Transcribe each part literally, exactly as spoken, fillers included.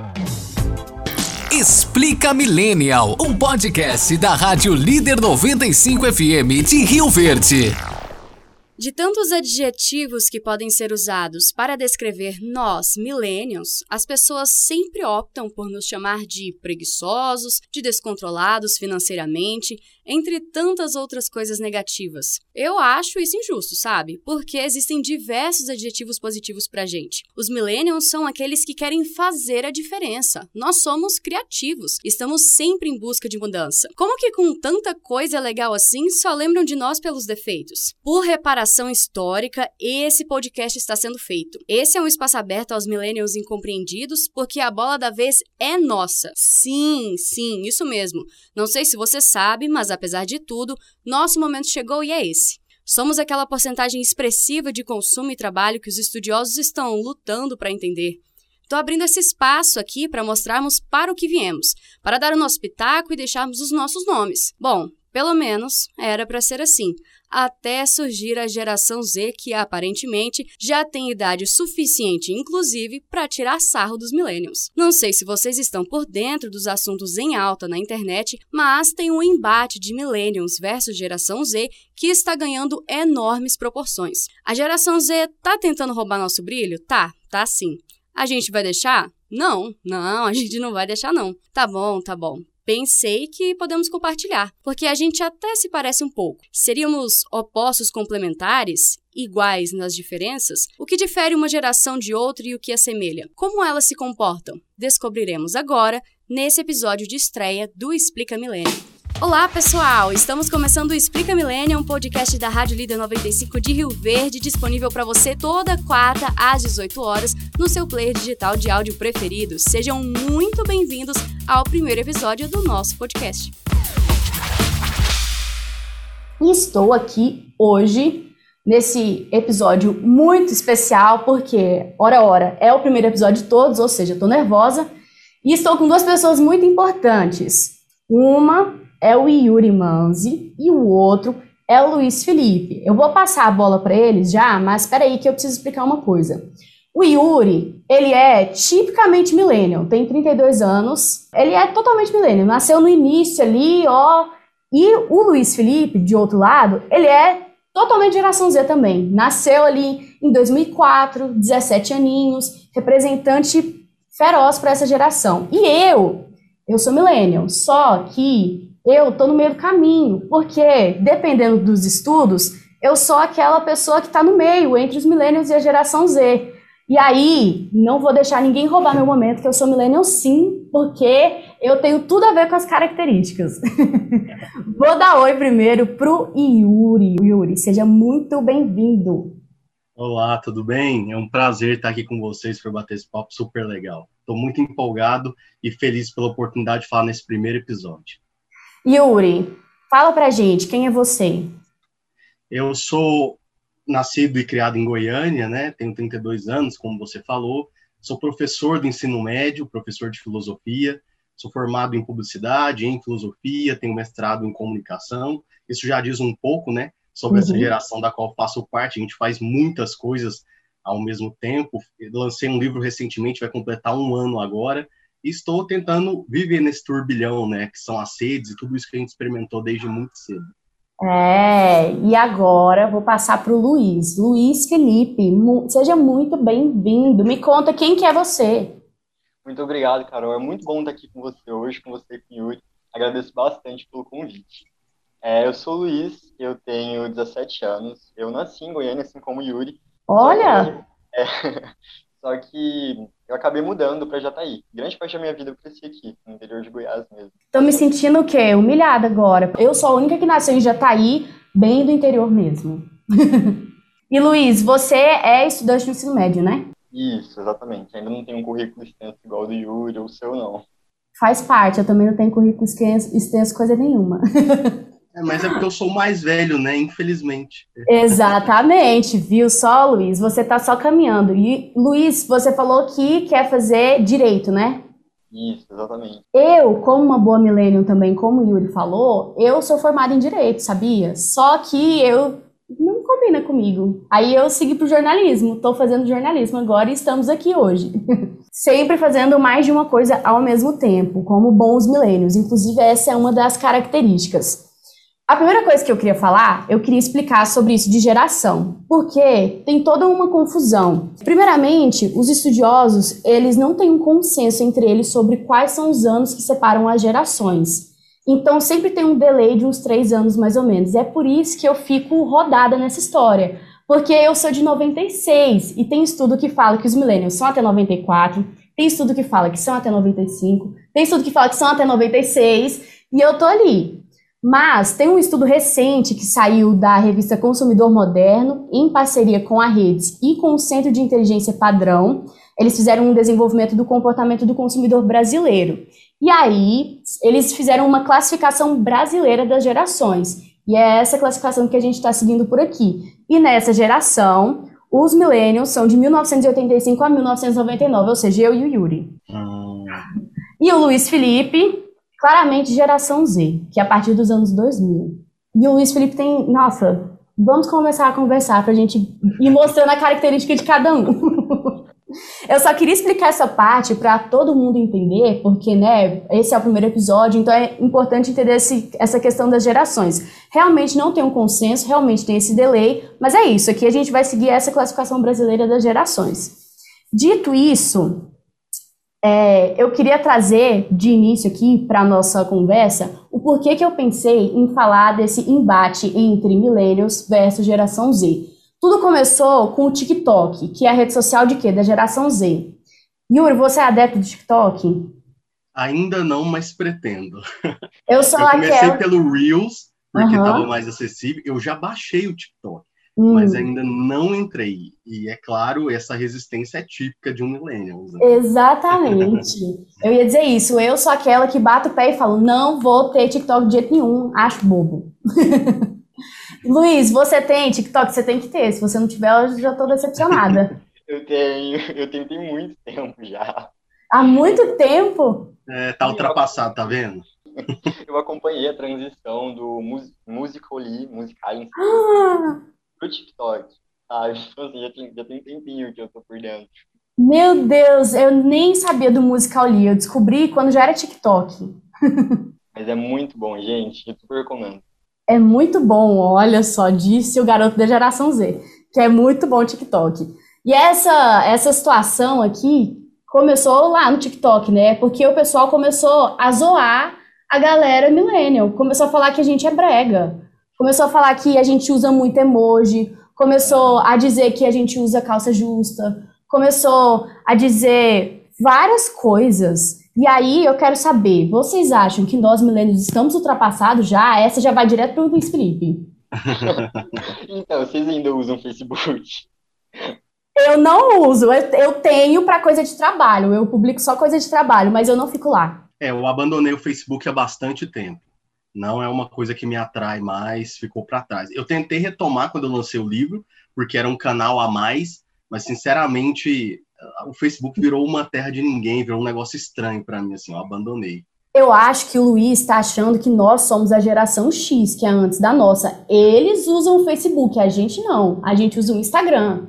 Explica Millennial, um podcast da Rádio Líder noventa e cinco F M de Rio Verde. De tantos adjetivos que podem ser usados para descrever nós, millennials, as pessoas sempre optam por nos chamar de preguiçosos, de descontrolados financeiramente, entre tantas outras coisas negativas. Eu acho isso injusto, sabe? Porque existem diversos adjetivos positivos pra gente. Os millennials são aqueles que querem fazer a diferença. Nós somos criativos, estamos sempre em busca de mudança. Como que com tanta coisa legal assim, só lembram de nós pelos defeitos? Por reparação histórica, esse podcast está sendo feito. Esse é um espaço aberto aos millennials incompreendidos, porque a bola da vez é nossa. Sim, sim, isso mesmo. Não sei se você sabe, mas apesar de tudo, nosso momento chegou e é esse. Somos aquela porcentagem expressiva de consumo e trabalho que os estudiosos estão lutando para entender. Estou abrindo esse espaço aqui para mostrarmos para o que viemos, para dar o nosso pitaco e deixarmos os nossos nomes. Bom, pelo menos era para ser assim, até surgir a geração Z que aparentemente já tem idade suficiente, inclusive, para tirar sarro dos millennials. Não sei se vocês estão por dentro dos assuntos em alta na internet, mas tem um embate de millennials versus geração Z que está ganhando enormes proporções. A geração Z tá tentando roubar nosso brilho? Tá, tá sim. A gente vai deixar? Não, não, a gente não vai deixar não. Tá bom, tá bom. Pensei que podemos compartilhar, porque a gente até se parece um pouco. Seríamos opostos complementares, iguais nas diferenças? O que difere uma geração de outra e o que assemelha? Como elas se comportam? Descobriremos agora, nesse episódio de estreia do Explica Millennial. Olá, pessoal! Estamos começando o Explica Millennial, um podcast da Rádio Líder noventa e cinco de Rio Verde, disponível para você toda quarta às dezoito horas no seu player digital de áudio preferido. Sejam muito bem-vindos ao primeiro episódio do nosso podcast. Estou aqui hoje nesse episódio muito especial, porque, ora, ora, é o primeiro episódio de todos, ou seja, estou nervosa, e estou com duas pessoas muito importantes. Uma é o Yuri Manzi e o outro é o Luiz Felipe. Eu vou passar a bola para eles já, mas espera aí que eu preciso explicar uma coisa. O Yuri, ele é tipicamente millennial, tem trinta e dois anos, ele é totalmente millennial, nasceu no início ali, ó, e o Luiz Felipe, de outro lado, ele é totalmente geração Z também, nasceu ali em dois mil e quatro, dezessete aninhos, representante feroz para essa geração. E eu, eu sou millennial, só que eu tô no meio do caminho, porque, dependendo dos estudos, eu sou aquela pessoa que está no meio, entre os millennials e a geração Z. E aí, não vou deixar ninguém roubar meu momento, que eu sou millennial sim, porque eu tenho tudo a ver com as características. Vou dar oi primeiro pro Yuri. Yuri, seja muito bem-vindo. Olá, tudo bem? É um prazer estar aqui com vocês para bater esse papo super legal. Estou muito empolgado e feliz pela oportunidade de falar nesse primeiro episódio. Yuri, fala pra gente, quem é você? Eu sou nascido e criado em Goiânia, né? Tenho trinta e dois anos, como você falou. Sou professor do ensino médio, professor de filosofia. Sou formado em publicidade, em filosofia, tenho mestrado em comunicação. Isso já diz um pouco, né, sobre uhum. essa geração da qual faço parte. A gente faz muitas coisas ao mesmo tempo. Lancei um livro recentemente, vai completar um ano agora. E estou tentando viver nesse turbilhão, né, que são as redes e tudo isso que a gente experimentou desde muito cedo. É, e agora vou passar para o Luiz. Luiz Felipe, mu- seja muito bem-vindo. Me conta quem que é você. Muito obrigado, Carol. É muito bom estar aqui com você hoje, com você e com o Yuri. Agradeço bastante pelo convite. É, eu sou o Luiz, eu tenho dezessete anos. Eu nasci em Goiânia, assim como o Yuri. Olha! Só que, é, só que eu acabei mudando para Jataí. Grande parte da minha vida eu cresci aqui, no interior de Goiás mesmo. Tô me sentindo o quê? Humilhada agora. Eu sou a única que nasceu em Jataí, bem do interior mesmo. E Luiz, você é estudante do ensino médio, né? Isso, exatamente. Ainda não tenho um currículo extenso igual o do Yuri ou o seu, não. Faz parte, eu também não tenho currículo extenso, extenso coisa nenhuma. É, mas é porque eu sou mais velho, né? Infelizmente. Exatamente, viu só, Luiz? Você tá só caminhando. E, Luiz, você falou que quer fazer direito, né? Isso, exatamente. Eu, como uma boa millennial também, como o Yuri falou, eu sou formada em direito, sabia? Só que eu não combina comigo. Aí eu segui pro jornalismo, tô fazendo jornalismo agora e estamos aqui hoje. sempre fazendo mais de uma coisa ao mesmo tempo, como bons milênios. Inclusive, essa é uma das características. A primeira coisa que eu queria falar, eu queria explicar sobre isso de geração, porque tem toda uma confusão. Primeiramente, os estudiosos, eles não têm um consenso entre eles sobre quais são os anos que separam as gerações. Então, sempre tem um delay de uns três anos, mais ou menos. É por isso que eu fico rodada nessa história, porque eu sou de noventa e seis, e tem estudo que fala que os millennials são até noventa e quatro, tem estudo que fala que são até noventa e cinco, tem estudo que fala que são até noventa e seis, e eu tô ali. Mas tem um estudo recente que saiu da revista Consumidor Moderno, em parceria com a Redes e com o Centro de Inteligência Padrão. Eles fizeram um desenvolvimento do comportamento do consumidor brasileiro. E aí, eles fizeram uma classificação brasileira das gerações. E é essa classificação que a gente está seguindo por aqui. E nessa geração, os millennials são de mil novecentos e oitenta e cinco a mil novecentos e noventa e nove, ou seja, eu e o Yuri. Hum. E o Luiz Felipe... claramente geração Z, que é a partir dos anos dois mil. E o Luiz Felipe tem... Nossa, vamos começar a conversar pra gente ir mostrando a característica de cada um. Eu só queria explicar essa parte para todo mundo entender, porque, né, esse é o primeiro episódio, então é importante entender esse, essa questão das gerações. Realmente não tem um consenso, realmente tem esse delay, mas é isso, aqui a gente vai seguir essa classificação brasileira das gerações. Dito isso... É, eu queria trazer de início aqui para a nossa conversa o porquê que eu pensei em falar desse embate entre millennials versus geração Z. Tudo começou com o TikTok, que é a rede social de quê? Da geração Z. Yuri, você é adepto do TikTok? Ainda não, mas pretendo. Eu sou eu comecei aquela... pelo Reels, porque estava uhum. mais acessível. Eu já baixei o TikTok. Hum. Mas ainda não entrei. E é claro, essa resistência é típica de um millennial. Né? Exatamente. Eu ia dizer isso. Eu sou aquela que bato o pé e falo, não vou ter TikTok de jeito nenhum. Acho bobo. Luiz, você tem TikTok? Você tem que ter. Se você não tiver, eu já tô decepcionada. Eu tenho. Eu tenho tem muito tempo já. Há muito tempo? É, tá ultrapassado, tá vendo? Eu acompanhei a transição do Musical.ly, Musical.ly, Ah! pro TikTok, sabe? Então, assim, já tem, já tem um tempinho que eu tô por dentro. Meu Deus, eu nem sabia do Musical.ly, eu descobri quando já era TikTok. Mas é muito bom, gente, eu super recomendo. É muito bom, olha só, disse o garoto da geração Z, que é muito bom o TikTok. E essa, essa situação aqui começou lá no TikTok, né? Porque o pessoal começou a zoar a galera millennial, começou a falar que a gente é brega. Começou a falar que a gente usa muito emoji, começou a dizer que a gente usa calça justa, começou a dizer várias coisas. E aí eu quero saber, vocês acham que nós millennials estamos ultrapassados já? Essa já vai direto para o Luiz Felipe. Então, vocês ainda usam Facebook? Eu não uso, eu, eu tenho para coisa de trabalho, eu publico só coisa de trabalho, mas eu não fico lá. É, eu abandonei o Facebook há bastante tempo. Não é uma coisa que me atrai mais, ficou para trás. Eu tentei retomar quando eu lancei o livro, porque era um canal a mais, mas, sinceramente, o Facebook virou uma terra de ninguém, virou um negócio estranho para mim, assim, eu abandonei. Eu acho que o Luiz está achando que nós somos a geração X, que é antes da nossa. Eles usam o Facebook, a gente não. A gente usa o Instagram.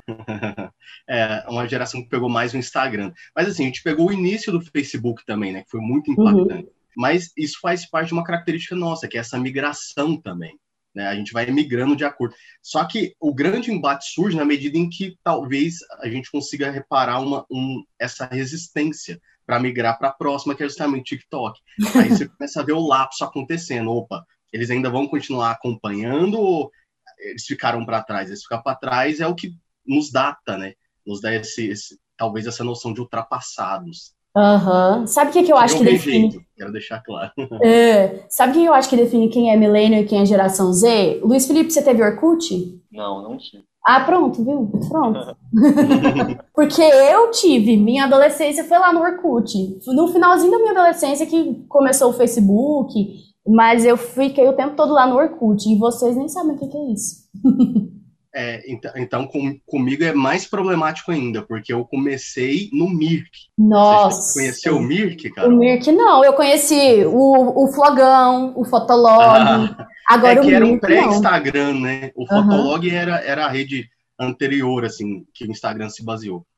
É, uma geração que pegou mais o Instagram. Mas, assim, a gente pegou o início do Facebook também, né, que foi muito impactante. Uhum. Mas isso faz parte de uma característica nossa, que é essa migração também. Né? A gente vai migrando de acordo. Só que o grande embate surge na medida em que talvez a gente consiga reparar uma, um, essa resistência para migrar para a próxima, que é justamente o TikTok. Aí você começa a ver o lapso acontecendo. Opa, eles ainda vão continuar acompanhando ou eles ficaram para trás? Eles ficar para trás é o que nos data, né? Nos dá esse, esse, talvez essa noção de ultrapassados. Uhum. Sabe o que, que eu acho que define? Jeito, quero deixar claro. É. Sabe o que eu acho que define quem é millennial e quem é geração Z? Luiz Felipe, você teve Orkut? Não, não tive. Ah, pronto, viu? Pronto. Porque eu tive, minha adolescência foi lá no Orkut. No finalzinho da minha adolescência que começou o Facebook, mas eu fiquei o tempo todo lá no Orkut, e vocês nem sabem o que, que é isso. É, então, então com, comigo é mais problemático ainda, porque eu comecei no Mirk. Nossa! Você conheceu o Mirk, cara? O Mirk não, eu conheci o, o Flogão, o Fotolog, ah, agora é que o era Mirk, um pré-Instagram, né? O Uhum. Fotolog era, era a rede anterior, assim, que o Instagram se baseou.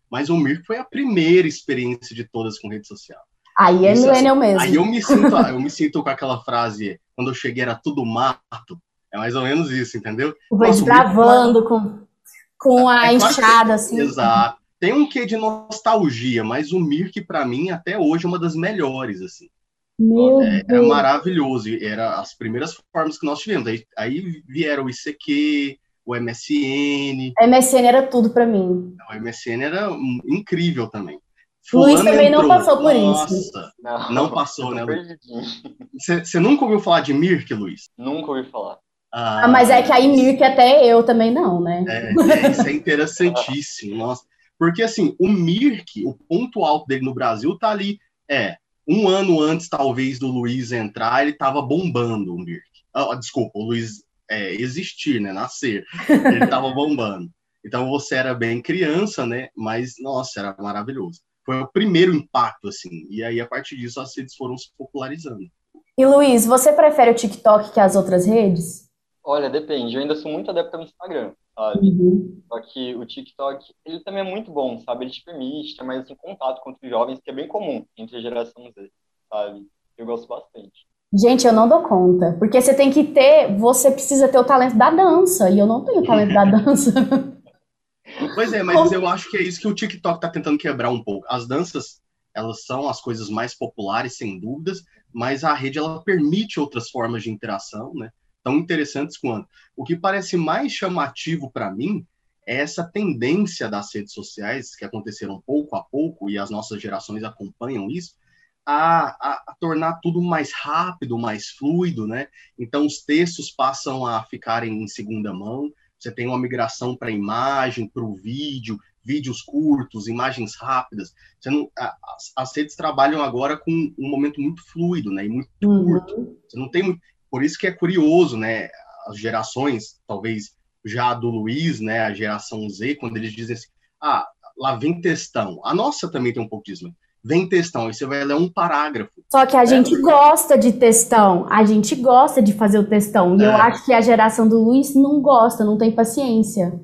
mas o Mirk foi a primeira experiência de todas com rede social. Aí é Isso, millennial assim, mesmo. Aí eu me sinto, eu me sinto com aquela frase, quando eu cheguei era tudo mato, é mais ou menos isso, entendeu? Foi Nossa, o Mirk desbravando com, com a é claro enxada, que, assim. exato. Tem um quê de nostalgia, mas o Mirk, para mim, até hoje, é uma das melhores, assim. Meu É, era Deus. maravilhoso, era as primeiras formas que nós tivemos. Aí, aí vieram o I C Q, o M S N. A M S N era tudo pra mim. O M S N era um, incrível também. Luiz Fulano também não entrou. passou por Nossa, isso. Não, não passou, eu né, tô Luiz? perdidinho. Você nunca ouviu falar de Mirk, Luiz? Nunca ouvi falar. Ah, mas é que aí Mirk até eu também não, né? É, é, isso é interessantíssimo, nossa. Porque, assim, o Mirk, o ponto alto dele no Brasil tá ali, é, um ano antes, talvez, do Luiz entrar, ele tava bombando o Mirk. Ah, desculpa, o Luiz é, existir, né, nascer. Ele tava bombando. Então, você era bem criança, né, mas, nossa, era maravilhoso. Foi o primeiro impacto, assim, e aí, a partir disso, as redes foram se popularizando. E Luiz, você prefere o TikTok que as outras redes? Olha, depende. Eu ainda sou muito adepto ao Instagram, sabe? Uhum. Só que o TikTok, ele também é muito bom, sabe? Ele te permite ter mais assim, contato com os jovens, que é bem comum entre a geração Z, sabe? Eu gosto bastante. Gente, eu não dou conta. Porque você tem que ter, você precisa ter o talento da dança. E eu não tenho o talento da dança. Pois é, mas eu acho que é isso que o TikTok tá tentando quebrar um pouco. As danças, elas são as coisas mais populares, sem dúvidas, mas a rede, ela permite outras formas de interação, né? Tão interessantes quanto. O que parece mais chamativo para mim é essa tendência das redes sociais, que aconteceram pouco a pouco, e as nossas gerações acompanham isso, a, a, a tornar tudo mais rápido, mais fluido, né? Então, os textos passam a ficarem em segunda mão, você tem uma migração para imagem, para o vídeo, vídeos curtos, imagens rápidas. Você não, as, as redes trabalham agora com um momento muito fluido, né? E muito Uhum. curto. Você não tem muito... Por isso que é curioso, né? As gerações, talvez já do Luiz, né? A geração Z, quando eles dizem assim, ah, lá vem textão. A nossa também tem um pouco disso, né? Vem textão, aí você vai ler um parágrafo. Só que a É, gente porque- gosta de textão. A gente gosta de fazer o textão. E eu É. acho que a geração do Luiz não gosta, não tem paciência.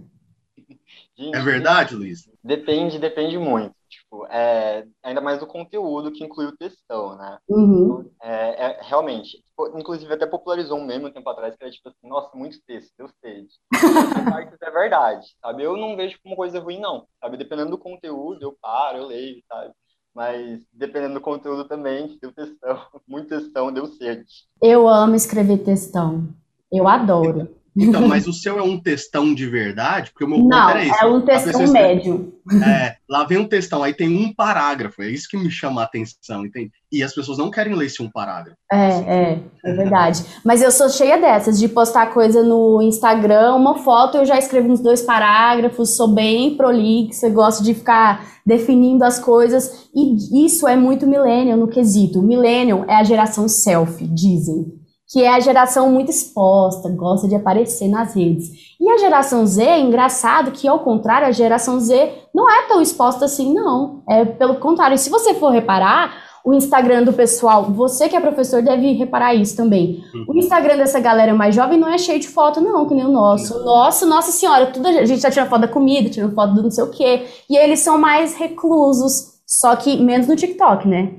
Gente, É verdade, Luiz? Depende, depende muito. Tipo, é, ainda mais do conteúdo que inclui o textão, né? Uhum. É, é, realmente, tipo, inclusive até popularizou um meme um tempo atrás que era tipo assim, nossa, muito texto, deu sede. Essa parte é verdade, sabe? Eu não vejo como coisa ruim, não, sabe? Dependendo do conteúdo, eu paro, eu leio, sabe? Mas dependendo do conteúdo também, deu textão, muito textão, deu sede. Eu amo escrever textão. Eu adoro. Então, mas o seu é um textão de verdade? Porque o meu ponto Não, era esse. é um A textão pessoa escreve- médio. É, lá vem um textão, aí tem um parágrafo, é isso que me chama a atenção, entende? E as pessoas não querem ler esse um parágrafo. É, é, é verdade. Mas eu sou cheia dessas, de postar coisa no Instagram, uma foto eu já escrevo uns dois parágrafos, sou bem prolixa, gosto de ficar definindo as coisas, e isso é muito millennial no quesito. Millennial é a geração selfie, dizem, que é a geração muito exposta, gosta de aparecer nas redes. E a geração Z, é engraçado que, ao contrário, a geração Z não é tão exposta assim, não. É pelo contrário. E se você for reparar, o Instagram do pessoal, você que é professor deve reparar isso também. O Instagram dessa galera mais jovem não é cheio de foto, não, que nem o nosso. O nosso, nossa senhora, tudo, a gente tá tirando foto da comida, tirando foto do não sei o quê. E eles são mais reclusos, só que menos no TikTok, né?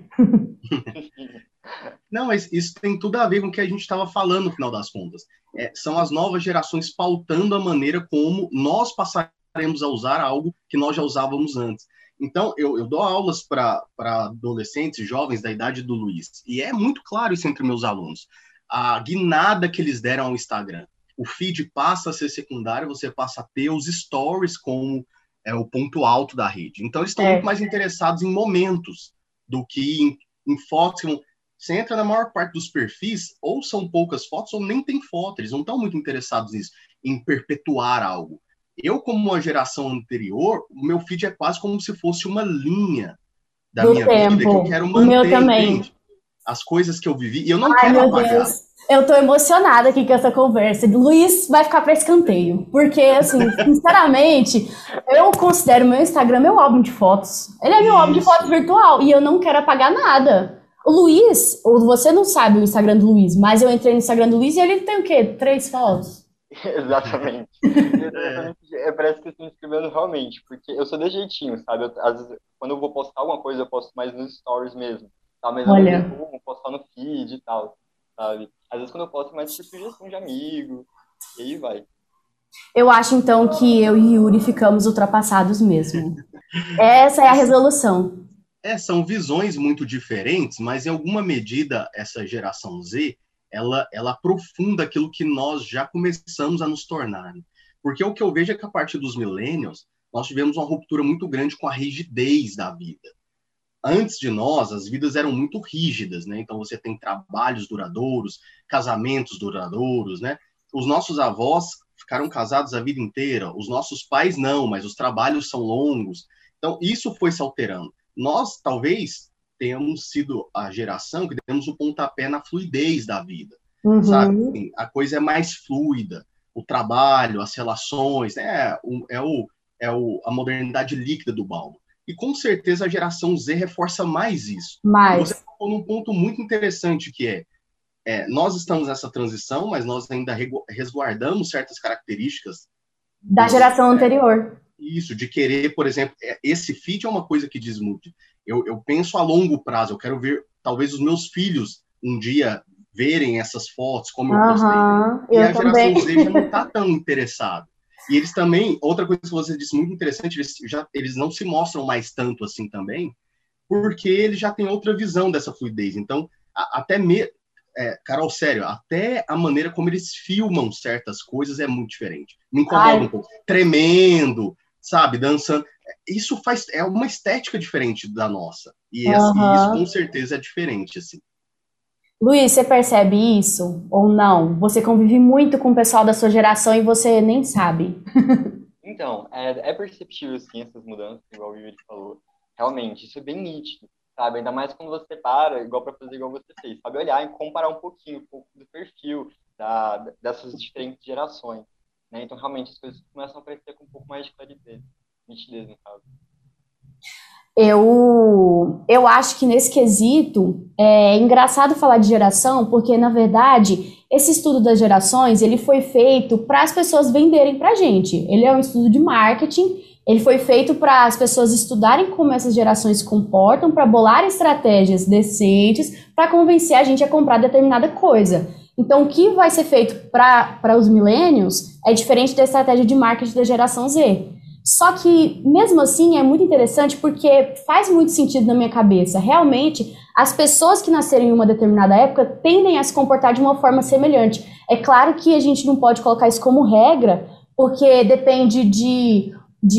Não, mas isso tem tudo a ver com o que a gente estava falando no final das contas. É, são as novas gerações pautando a maneira como nós passaremos a usar algo que nós já usávamos antes. Então, eu, eu dou aulas para adolescentes e jovens da idade do Luiz, e é muito claro isso entre meus alunos. A guinada que eles deram ao Instagram. O feed passa a ser secundário, você passa a ter os stories como é, o ponto alto da rede. Então, eles estão É. muito mais interessados em momentos do que em, em fotos que vão... Você entra na maior parte dos perfis, ou são poucas fotos, ou nem tem foto. Eles não estão muito interessados nisso, em perpetuar algo. Eu, como uma geração anterior, o meu feed é quase como se fosse uma linha da Do minha vida que eu tempo. quero O manter, meu também. entende? As coisas que eu vivi, e eu não Ai, quero meu apagar. Deus. Eu tô emocionada aqui com essa conversa. Luiz vai ficar para escanteio. Porque, assim, sinceramente, eu considero meu Instagram meu álbum de fotos. Ele é meu álbum de Isso. fotos virtual e eu não quero apagar nada. O Luiz, ou você não sabe o Instagram do Luiz, mas eu entrei no Instagram do Luiz e ele tem o quê? Três fotos? Exatamente. Exatamente. É, parece que estão escrevendo realmente, porque eu sou desse jeitinho, sabe? Eu, às vezes, quando eu vou postar alguma coisa, eu posto mais nos stories mesmo, tá? Mas eu não Olha, costumo postar no feed e tal, sabe? Às vezes quando eu posto é mais por sugestão de amigo, e aí vai. eu acho então que eu e Yuri ficamos ultrapassados mesmo. Essa é a resolução. É, são visões muito diferentes, mas em alguma medida essa geração Z, ela, ela aprofunda aquilo que nós já começamos a nos tornar. Porque o que eu vejo é que a partir dos millennials, nós tivemos uma ruptura muito grande com a rigidez da vida. Antes de nós, as vidas eram muito rígidas, né? Então você tem trabalhos duradouros, casamentos duradouros, né? Os nossos avós ficaram casados a vida inteira, os nossos pais não, mas os trabalhos são longos. Então isso foi se alterando. Nós talvez tenhamos sido a geração que demos o pontapé na fluidez da vida, Uhum. sabe? A coisa é mais fluida, o trabalho, as relações, né? É o, é o, a modernidade líquida do Bauman. E com certeza a geração Z reforça mais isso. Mais. Você falou num ponto muito interessante que é, é, nós estamos nessa transição, mas nós ainda resguardamos certas características da geração é, anterior. Isso, de querer, por exemplo, esse feed é uma coisa que diz muito. Eu, eu penso a longo prazo, eu quero ver, talvez, os meus filhos um dia verem essas fotos, como eu Uhum, postei. E eu a geração também. Z já não está tão interessada. E eles também, outra coisa que você disse muito interessante, eles, já, eles não se mostram mais tanto assim também, porque eles já têm outra visão dessa fluidez. Então, a, até me, é, Carol, sério, até a maneira como eles filmam certas coisas é muito diferente. Me incomoda Ai. um pouco. Tremendo, sabe, dançando. Isso faz, é uma estética diferente da nossa. E, esse, uhum. e isso, com certeza, é diferente, assim. Luiz, você percebe isso ou não? Você convive muito com o pessoal da sua geração e você nem sabe. Então, é, é perceptível, sim, essas mudanças, igual o Yuri falou. Realmente, isso é bem nítido, sabe? Ainda mais quando você para, igual para fazer igual você fez, sabe? Olhar e comparar um pouquinho, um pouco do perfil da, dessas diferentes gerações, né? Então, realmente, as coisas começam a aparecer com um pouco mais de claridade, nitidez, no caso. Eu, eu acho que nesse quesito é engraçado falar de geração, porque, na verdade, esse estudo das gerações, ele foi feito para as pessoas venderem para a gente. Ele é um estudo de marketing, ele foi feito para as pessoas estudarem como essas gerações se comportam, para bolar estratégias decentes, para convencer a gente a comprar determinada coisa. Então, o que vai ser feito para os millennials é diferente da estratégia de marketing da geração Z. Só que, mesmo assim, é muito interessante porque faz muito sentido na minha cabeça. Realmente, as pessoas que nasceram em uma determinada época tendem a se comportar de uma forma semelhante. É claro que a gente não pode colocar isso como regra, porque depende de,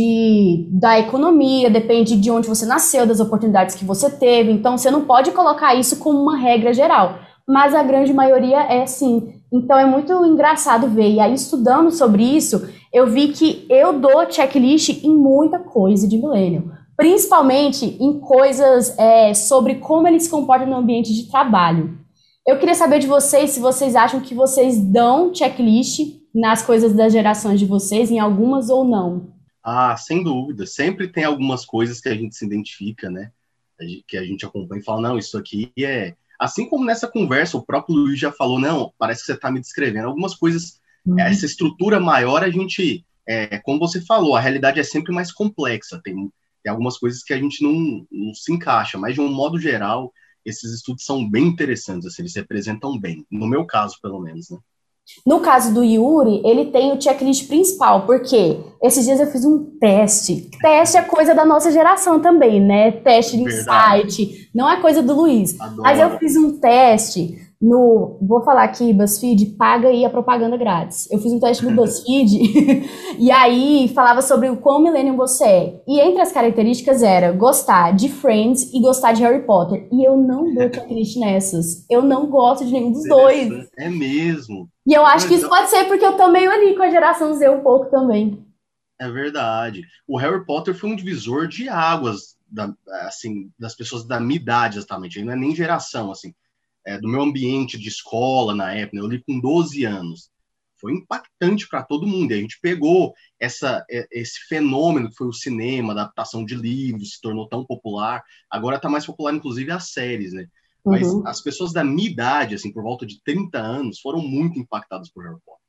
de, da economia, depende de onde você nasceu, das oportunidades que você teve. Então, você não pode colocar isso como uma regra geral. Mas a grande maioria é sim. Então, é muito engraçado ver. E aí, estudando sobre isso, eu vi que eu dou checklist em muita coisa de millennial, principalmente em coisas é, sobre como eles se comportam no ambiente de trabalho. Eu queria saber de vocês se vocês acham que vocês dão checklist nas coisas das gerações de vocês, em algumas ou não. Ah, sem dúvida. Sempre tem algumas coisas que a gente se identifica, né? Que a gente acompanha e fala, não, isso aqui é... Assim como nessa conversa, o próprio Luiz já falou, não, parece que você está me descrevendo. Algumas coisas... Uhum. Essa estrutura maior, a gente, é, como você falou, a realidade é sempre mais complexa, tem, tem algumas coisas que a gente não, não se encaixa, mas de um modo geral, esses estudos são bem interessantes, assim, eles representam bem, no meu caso, pelo menos, né? No caso do Yuri, ele tem o checklist principal, porque esses dias eu fiz um teste. Teste é coisa da nossa geração também, né? Teste de insight, não é coisa do Luiz. Adoro. Mas eu fiz um teste no, vou falar aqui, BuzzFeed paga aí a propaganda grátis. Eu fiz um teste no BuzzFeed e aí falava sobre o quão millennial você é. E entre as características era gostar de Friends e gostar de Harry Potter. E eu não dou checklist nessas. Eu não gosto de nenhum dos dois. É mesmo. E eu acho que isso pode ser porque eu tô meio ali com a geração Z um pouco também. É verdade. O Harry Potter foi um divisor de águas da, assim, das pessoas da minha idade, exatamente. Não é nem geração, assim. É, do meu ambiente de escola na época, eu li com doze anos. Foi impactante para todo mundo. E a gente pegou essa, esse fenômeno que foi o cinema, a adaptação de livros, se tornou tão popular. Agora está mais popular, inclusive, as séries, né? Mas uhum. as pessoas da minha idade, assim, por volta de trinta anos, foram muito impactadas por Harry Potter.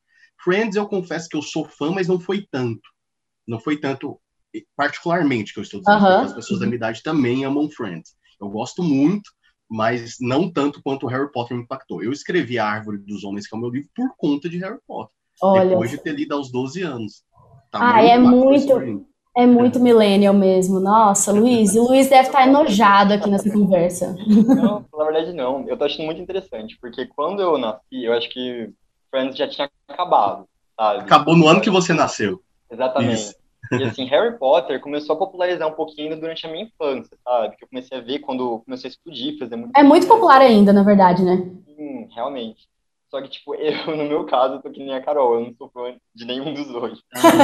Friends, eu confesso que eu sou fã, mas não foi tanto. Não foi tanto, particularmente, que eu estou dizendo, Aham. porque as pessoas da minha idade também amam Friends. Eu gosto muito, mas não tanto quanto Harry Potter me impactou. Eu escrevi A Árvore dos Homens, que é o meu livro, por conta de Harry Potter. Olha. Depois de ter lido aos doze anos. Ah, Tamanho é impacto foi muito, sobre- é muito millennial mesmo. Nossa, Luiz, o Luiz deve estar enojado aqui nessa conversa. Não, na verdade não. Eu tô achando muito interessante, porque quando eu nasci, eu acho que Friends já tinha acabado, sabe? Acabou no ano que você nasceu. Exatamente. Isso. E assim, Harry Potter começou a popularizar um pouquinho ainda durante a minha infância, sabe? Que eu comecei a ver quando começou a explodir, fazer muito É muito popular ainda, na verdade, né? Sim, realmente. Só que, tipo, eu, no meu caso, tô que nem a Carol, eu não sou fã de nenhum dos dois.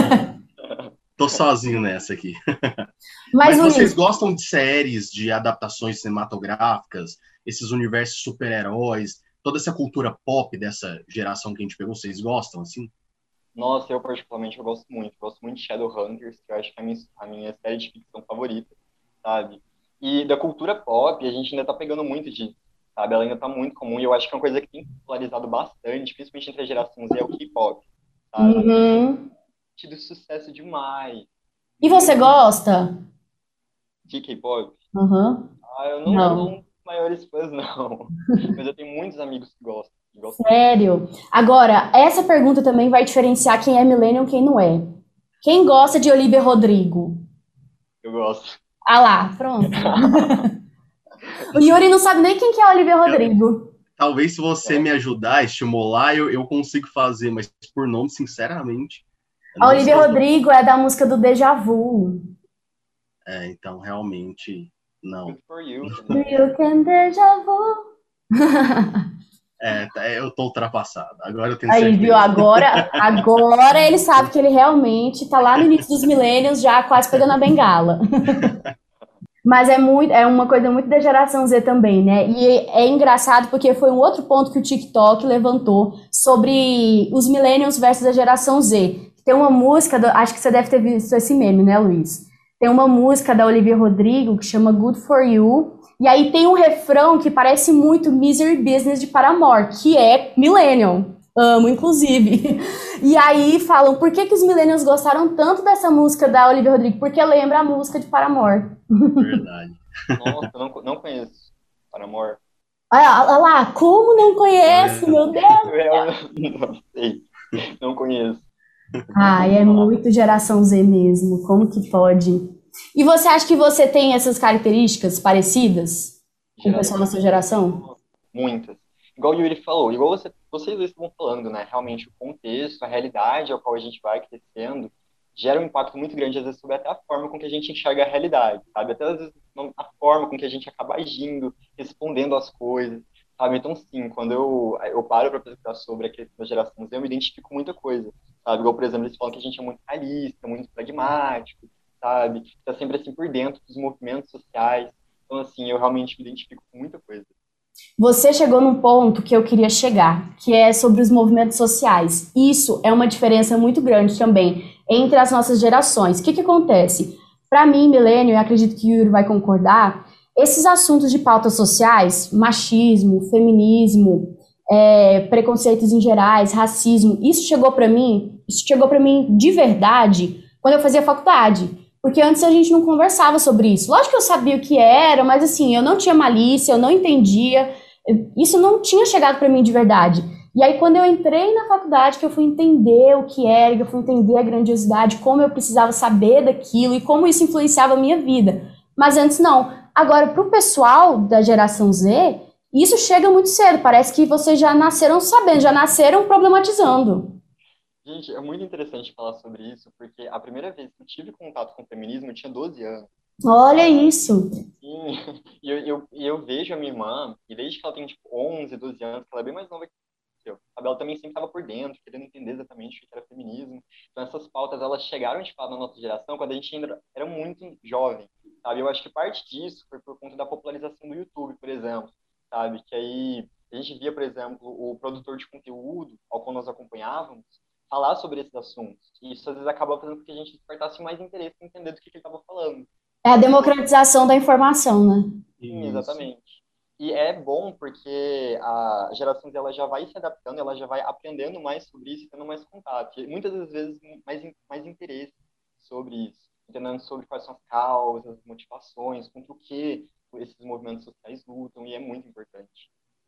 Tô sozinho nessa aqui. Mas, Mas Luiz, vocês gostam de séries, de adaptações cinematográficas, esses universos super-heróis, toda essa cultura pop dessa geração que a gente pegou, vocês gostam, assim? Nossa, eu particularmente eu gosto muito. Eu gosto muito de Shadowhunters, que eu acho que é a minha, a minha série de ficção favorita, sabe? E da cultura pop, a gente ainda tá pegando muito disso, sabe? Ela ainda tá muito comum e eu acho que é uma coisa que tem popularizado bastante, principalmente entre a geração Z, é o K-pop, sabe? uhum. Tido sucesso demais. E você gosta? De K-pop? Uhum. Ah, eu não Não. sou um dos maiores fãs, não. Mas eu tenho muitos amigos que gostam. Que gostam. Sério? Agora, essa pergunta também vai diferenciar quem é millennial e quem não é. Quem gosta de Olivia Rodrigo? Eu gosto. Ah lá, pronto. O Yuri não sabe nem quem que é Olivia Rodrigo. Talvez se você me ajudar, estimular, eu, eu consigo fazer, mas por nome, sinceramente... eu A não Olivia sei. Rodrigo é da música do Déjà Vu. É, então, realmente, não. Good for you Do também. you can déjà vu? É, tá, eu tô ultrapassado. Agora eu tenho Aí, certeza. viu? Agora, agora ele sabe que ele realmente tá lá no início dos milênios, já quase pegando a bengala. Mas é muito, é uma coisa muito da geração Z também, né? E é engraçado porque foi um outro ponto que o TikTok levantou sobre os millennials versus a geração Z. Tem uma música, do- acho que você deve ter visto esse meme, né, Luiz? Tem uma música da Olivia Rodrigo que chama Good For You. E aí tem um refrão que parece muito Misery Business de Paramore, que é millennial. Amo, inclusive. E aí falam, por que, que os millennials gostaram tanto dessa música da Olivia Rodrigo? Porque lembra a música de Paramore. Verdade. Nossa, eu não, não conheço. Paramore. Olha, olha lá, como não conhece, meu Deus? Eu não sei. Não conheço. Ai, é muito geração Z mesmo, como que pode? E você acha que você tem essas características parecidas com o pessoal da sua geração? Muitas. Igual o Yuri falou, igual você, vocês dois estavam falando, né? Realmente o contexto, a realidade ao qual a gente vai crescendo, gera um impacto muito grande, às vezes, sobre até a forma com que a gente enxerga a realidade, sabe? Até às vezes a forma com que a gente acaba agindo, respondendo às coisas, sabe? Então, sim, quando eu, eu paro para pesquisar sobre a questão da geração Z, eu me identifico com muita coisa, sabe? Igual, por exemplo, eles falam que a gente é muito realista, muito pragmático, sabe? Tá sempre, assim, por dentro dos movimentos sociais. Então, assim, eu realmente me identifico com muita coisa. Você chegou num ponto que eu queria chegar, que é sobre os movimentos sociais. Isso é uma diferença muito grande também entre as nossas gerações. O que que acontece? Para mim, milênio, e acredito que o Yuri vai concordar, esses assuntos de pautas sociais, machismo, feminismo, é, preconceitos em gerais, racismo, isso chegou para mim, isso chegou para mim de verdade quando eu fazia faculdade. Porque antes a gente não conversava sobre isso. Lógico que eu sabia o que era, mas assim, eu não tinha malícia, eu não entendia. Isso não tinha chegado para mim de verdade. E aí, quando eu entrei na faculdade, que eu fui entender o que era, que eu fui entender a grandiosidade, como eu precisava saber daquilo e como isso influenciava a minha vida. Mas antes não. Agora, para o pessoal da geração Z, isso chega muito cedo. Parece que vocês já nasceram sabendo, já nasceram problematizando. Gente, é muito interessante falar sobre isso, porque a primeira vez que eu tive contato com o feminismo, eu tinha doze anos. Olha isso. Sim, e eu, eu, e eu vejo a minha irmã, e desde que ela tem, tipo, onze, doze anos, que ela é bem mais nova que eu, sabe? Ela também sempre estava por dentro, querendo entender exatamente o que era feminismo. Então, essas pautas, elas chegaram, de fato, na nossa geração, quando a gente ainda era muito jovem, sabe? Eu acho que parte disso foi por conta da popularização do YouTube, por exemplo, sabe? Que aí a gente via, por exemplo, o produtor de conteúdo, ao qual nós acompanhávamos, falar sobre esses assuntos. E isso, às vezes, acaba fazendo com que a gente despertasse mais interesse em entender do que, que ele estava falando. É a democratização da informação, né? Sim, Isso. exatamente. E é bom porque a geração Z ela já vai se adaptando, ela já vai aprendendo mais sobre isso, tendo mais contato. E muitas das vezes mais, mais interesse sobre isso, entendendo sobre quais são as causas, as motivações, contra o que esses movimentos sociais lutam, e é muito importante.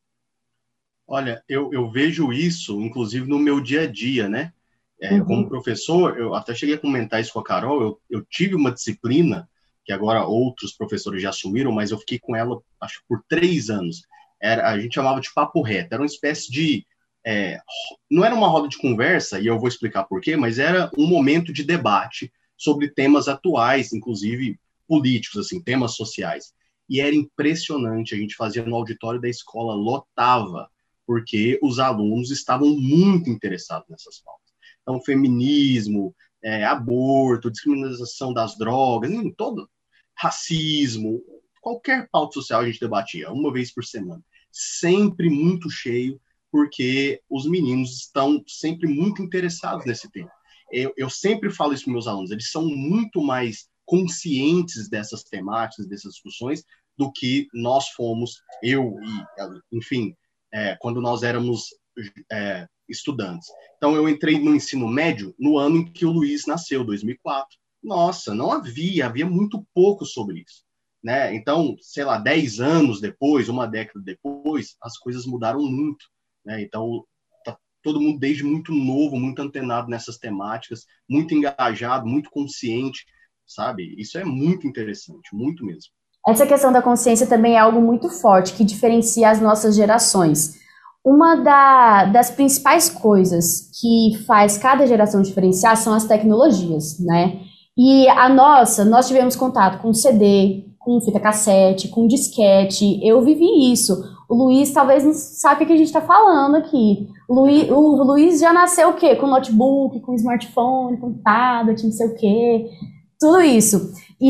Olha, eu, eu vejo isso, inclusive, no meu dia a dia, né? É, Uhum. Como professor, eu até cheguei a comentar isso com a Carol, eu, eu tive uma disciplina, que agora outros professores já assumiram, mas eu fiquei com ela, acho que por três anos. Era, a gente chamava de papo reto, era uma espécie de... É, não era uma roda de conversa, e eu vou explicar por quê, mas era um momento de debate sobre temas atuais, inclusive políticos, assim, temas sociais. E era impressionante, a gente fazia no auditório da escola, lotava, porque os alunos estavam muito interessados nessas pautas. Então, feminismo, é, aborto, discriminação das drogas, em todo, racismo, qualquer pauta social a gente debatia, uma vez por semana. Sempre muito cheio, porque os meninos estão sempre muito interessados nesse tema. Eu, eu sempre falo isso para meus alunos, eles são muito mais conscientes dessas temáticas, dessas discussões, do que nós fomos, eu e, enfim, é, quando nós éramos é, estudantes. Então, eu entrei no ensino médio no ano em que o Luiz nasceu, dois mil e quatro. Nossa, não havia, havia muito pouco sobre isso, né? Então, sei lá, dez anos depois, uma década depois, as coisas mudaram muito, né? Então, tá todo mundo desde muito novo, muito antenado nessas temáticas, muito engajado, muito consciente, sabe? Isso é muito interessante, muito mesmo. Essa questão da consciência também é algo muito forte, que diferencia as nossas gerações. Uma da, das principais coisas que faz cada geração diferenciar são as tecnologias, né? E a nossa, nós tivemos contato com C D, com fita cassete, com disquete, eu vivi isso. O Luiz talvez não sabe o que a gente está falando aqui. O Luiz, o Luiz já nasceu o quê? Com notebook, com smartphone, com tablet, não sei o quê, tudo isso.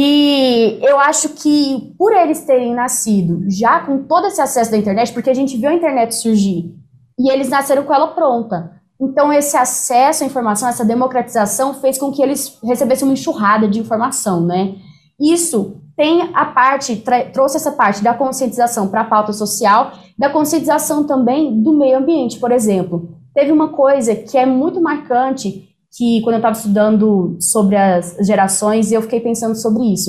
E eu acho que por eles terem nascido já com todo esse acesso da internet, porque a gente viu a internet surgir e eles nasceram com ela pronta. Então esse acesso à informação, essa democratização fez com que eles recebessem uma enxurrada de informação, né? Isso tem a parte, trouxe essa parte da conscientização para a pauta social, da conscientização também do meio ambiente, por exemplo. Teve uma coisa que é muito marcante, que quando eu estava estudando sobre as gerações, eu fiquei pensando sobre isso.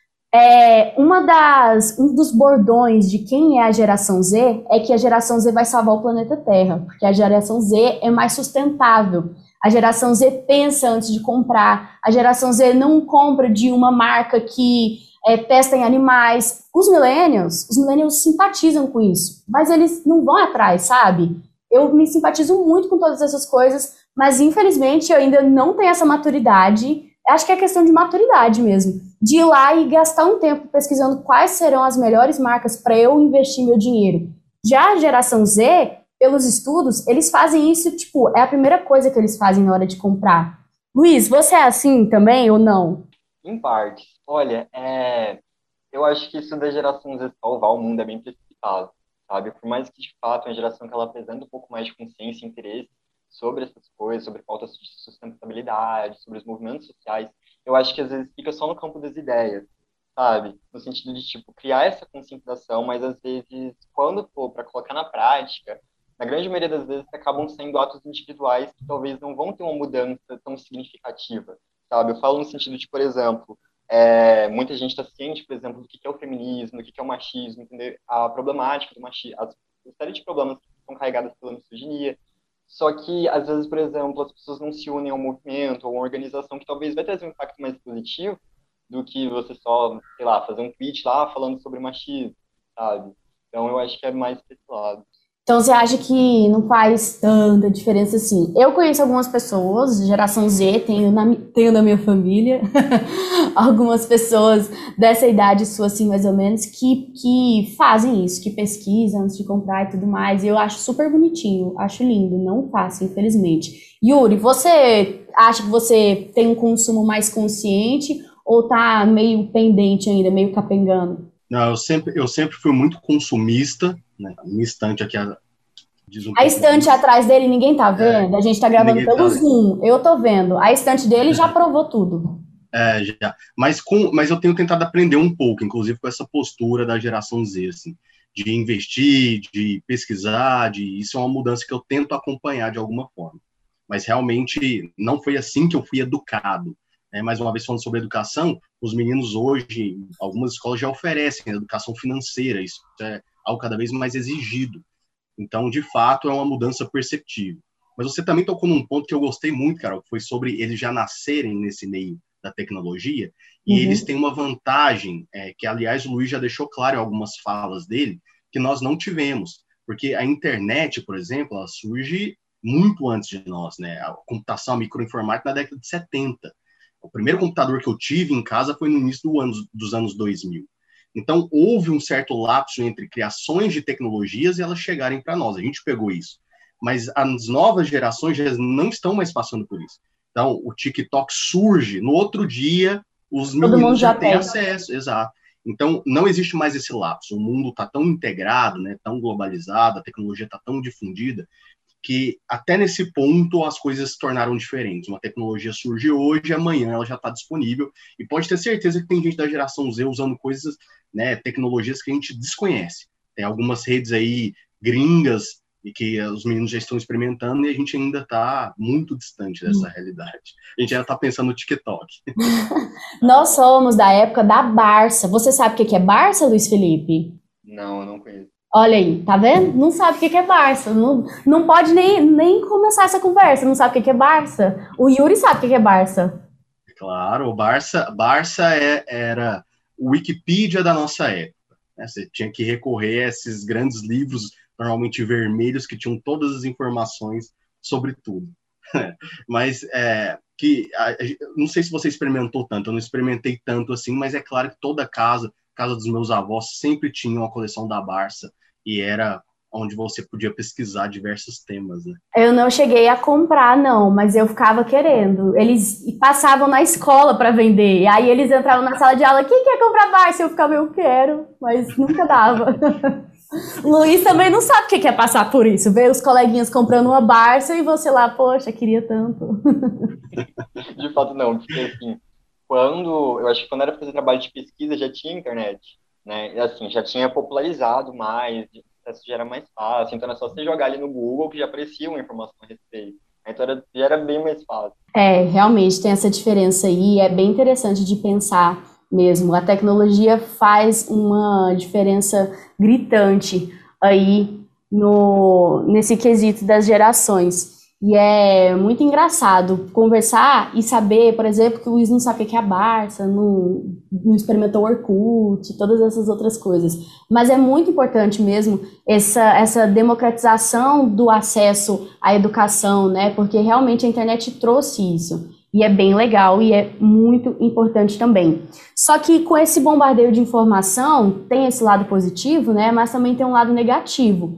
É, uma das, um dos bordões de quem é a geração Z é que a geração Z vai salvar o planeta Terra, porque a geração Z é mais sustentável. A geração Z pensa antes de comprar. A geração Z não compra de uma marca que é, testa em animais. Os millennials, os millennials simpatizam com isso, mas eles não vão atrás, sabe? Eu me simpatizo muito com todas essas coisas, mas infelizmente eu ainda não tenho essa maturidade. Acho que é questão de maturidade mesmo, de ir lá e gastar um tempo pesquisando quais serão as melhores marcas para eu investir meu dinheiro. Já a geração Z, pelos estudos, eles fazem isso, tipo, é a primeira coisa que eles fazem na hora de comprar. Luiz, você é assim também ou não? Em parte. Olha, é... eu acho que isso da geração Z salvar o mundo é bem precipitado, sabe? Por mais que, de fato, é uma geração que ela apresenta um pouco mais de consciência e interesse sobre essas coisas, sobre pautas de sustentabilidade, sobre os movimentos sociais, eu acho que às vezes fica só no campo das ideias, sabe? No sentido de, tipo, criar essa conscientização, mas às vezes, quando for para colocar na prática, na grande maioria das vezes acabam sendo atos individuais que talvez não vão ter uma mudança tão significativa, sabe? Eu falo no sentido de, por exemplo, é, muita gente está ciente, por exemplo, do que é o feminismo, do que é o machismo, entender a problemática do machismo, a série de problemas que são carregadas pela misoginia. Só que, às vezes, por exemplo, as pessoas não se unem a um movimento ou a uma organização que talvez vai trazer um impacto mais positivo do que você só, sei lá, fazer um tweet lá falando sobre machismo, sabe? Então, eu acho que é mais para esse lado. Então, você acha que não faz tanta diferença assim? Eu conheço algumas pessoas, geração Z, tenho na, tenho na minha família, algumas pessoas dessa idade sua, assim, mais ou menos, que, que fazem isso, que pesquisam antes de comprar e tudo mais. E eu acho super bonitinho, acho lindo, não faço, infelizmente. Yuri, você acha que você tem um consumo mais consciente ou tá meio pendente ainda, meio capengando? Não, eu sempre, eu sempre fui muito consumista, né? Um estante aqui diz um a estante disso. Atrás dele ninguém tá vendo, é, a gente tá gravando pelo tá Zoom, eu tô vendo, a estante dele é. já provou tudo. É, já, mas, com, mas eu tenho tentado aprender um pouco, inclusive com essa postura da geração Z, assim. de investir, de pesquisar, de, isso é uma mudança que eu tento acompanhar de alguma forma. Mas realmente não foi assim que eu fui educado. Né? Mais uma vez falando sobre educação, os meninos hoje, algumas escolas já oferecem educação financeira, isso é algo cada vez mais exigido. Então, de fato, é uma mudança perceptível. Mas você também tocou num ponto que eu gostei muito, Carol, que foi sobre eles já nascerem nesse meio da tecnologia, e uhum. eles têm uma vantagem, é, que, aliás, o Luiz já deixou claro em algumas falas dele, que nós não tivemos. Porque a internet, por exemplo, ela surge muito antes de nós, né? A computação, a microinformática na década de setenta. O primeiro computador que eu tive em casa foi no início do ano, dos anos dois mil. Então, houve um certo lapso entre criações de tecnologias e elas chegarem para nós. A gente pegou isso. Mas as novas gerações já não estão mais passando por isso. Então, o TikTok surge, no outro dia, os meninos já têm acesso. Exato. Então, não existe mais esse lapso. O mundo está tão integrado, né, tão globalizado, a tecnologia está tão difundida, que até nesse ponto as coisas se tornaram diferentes. Uma tecnologia surge hoje, amanhã ela já está disponível, e pode ter certeza que tem gente da geração Z usando coisas, né, tecnologias que a gente desconhece. Tem algumas redes aí gringas e que os meninos já estão experimentando, e a gente ainda está muito distante dessa realidade. A gente ainda está pensando no TikTok. Nós somos da época da Barça. Você sabe o que é Barça, Luiz Felipe? Não, eu não conheço. Olha aí, tá vendo? Não sabe o que é Barça. Não, não pode nem, nem começar essa conversa. Não sabe o que é Barça. O Yuri sabe o que é Barça. Claro, o Barça, Barça é, era o Wikipedia da nossa época. Né? Você tinha que recorrer a esses grandes livros, normalmente vermelhos, que tinham todas as informações sobre tudo. Mas, é, que, a, não sei se você experimentou tanto, eu não experimentei tanto assim, mas é claro que toda casa, casa dos meus avós, sempre tinha uma coleção da Barça, e era onde você podia pesquisar diversos temas, né? Eu não cheguei a comprar, não, mas eu ficava querendo. Eles passavam na escola para vender, e aí eles entravam na sala de aula, quem quer comprar Barça? Eu ficava, eu quero, mas nunca dava. Luiz também não sabe o que é passar por isso, ver os coleguinhas comprando uma Barça e você lá, poxa, queria tanto. De fato não, porque assim, quando, eu acho que quando era fazer trabalho de pesquisa já tinha internet, né, e assim, já tinha popularizado mais, o acesso já era mais fácil, então era só você jogar ali no Google que já aparecia uma informação a respeito, então era, já era bem mais fácil. É, realmente tem essa diferença aí, é bem interessante de pensar mesmo. A tecnologia faz uma diferença gritante aí no, nesse quesito das gerações. E é muito engraçado conversar e saber, por exemplo, que o Luiz não sabe o que é a Barça, não, não experimentou o Orkut, todas essas outras coisas. Mas é muito importante mesmo essa, essa democratização do acesso à educação, né? Porque realmente a internet trouxe isso. E é bem legal e é muito importante também. Só que com esse bombardeio de informação, tem esse lado positivo, né? Mas também tem um lado negativo,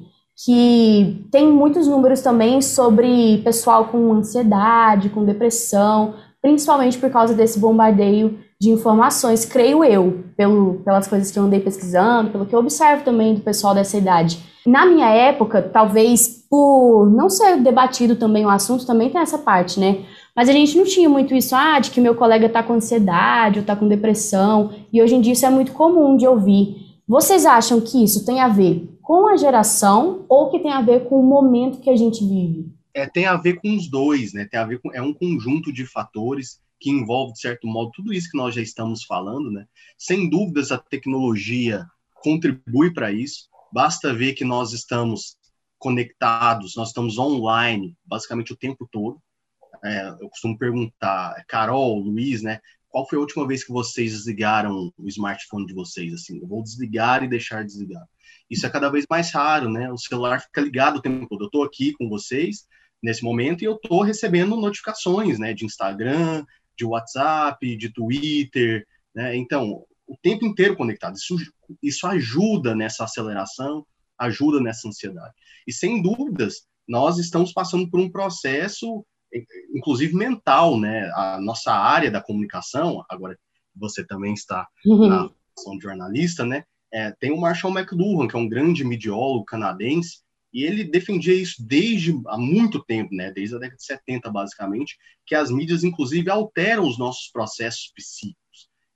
que tem muitos números também sobre pessoal com ansiedade, com depressão, principalmente por causa desse bombardeio de informações, creio eu, pelo, pelas coisas que eu andei pesquisando, pelo que eu observo também do pessoal dessa idade. Na minha época, talvez por não ser debatido também o assunto, também tem essa parte, né? Mas a gente não tinha muito isso, ah, de que meu colega tá com ansiedade ou tá com depressão, e hoje em dia isso é muito comum de ouvir. Vocês acham que isso tem a ver com a geração ou que tem a ver com o momento que a gente vive? É, tem a ver com os dois, né? Tem a ver com, é um conjunto de fatores que envolve, de certo modo, tudo isso que nós já estamos falando, né? Sem dúvidas, a tecnologia contribui para isso. Basta ver que nós estamos conectados, nós estamos online basicamente o tempo todo. É, eu costumo perguntar, Carol, Luiz, né? Qual foi a última vez que vocês desligaram o smartphone de vocês? Assim, eu vou desligar e deixar desligar. Isso é cada vez mais raro, né? O celular fica ligado o tempo todo. Eu estou aqui com vocês nesse momento e eu estou recebendo notificações, né? De Instagram, de WhatsApp, de Twitter, né? Então, o tempo inteiro conectado. Isso, isso ajuda nessa aceleração, ajuda nessa ansiedade. E, sem dúvidas, nós estamos passando por um processo, inclusive mental, né? A nossa área da comunicação, agora você também está uhum. na função de jornalista, né? É, tem o Marshall McLuhan, que é um grande midiólogo canadense, e ele defendia isso desde há muito tempo, né? Desde a década de setenta, basicamente, que as mídias, inclusive, alteram os nossos processos psíquicos.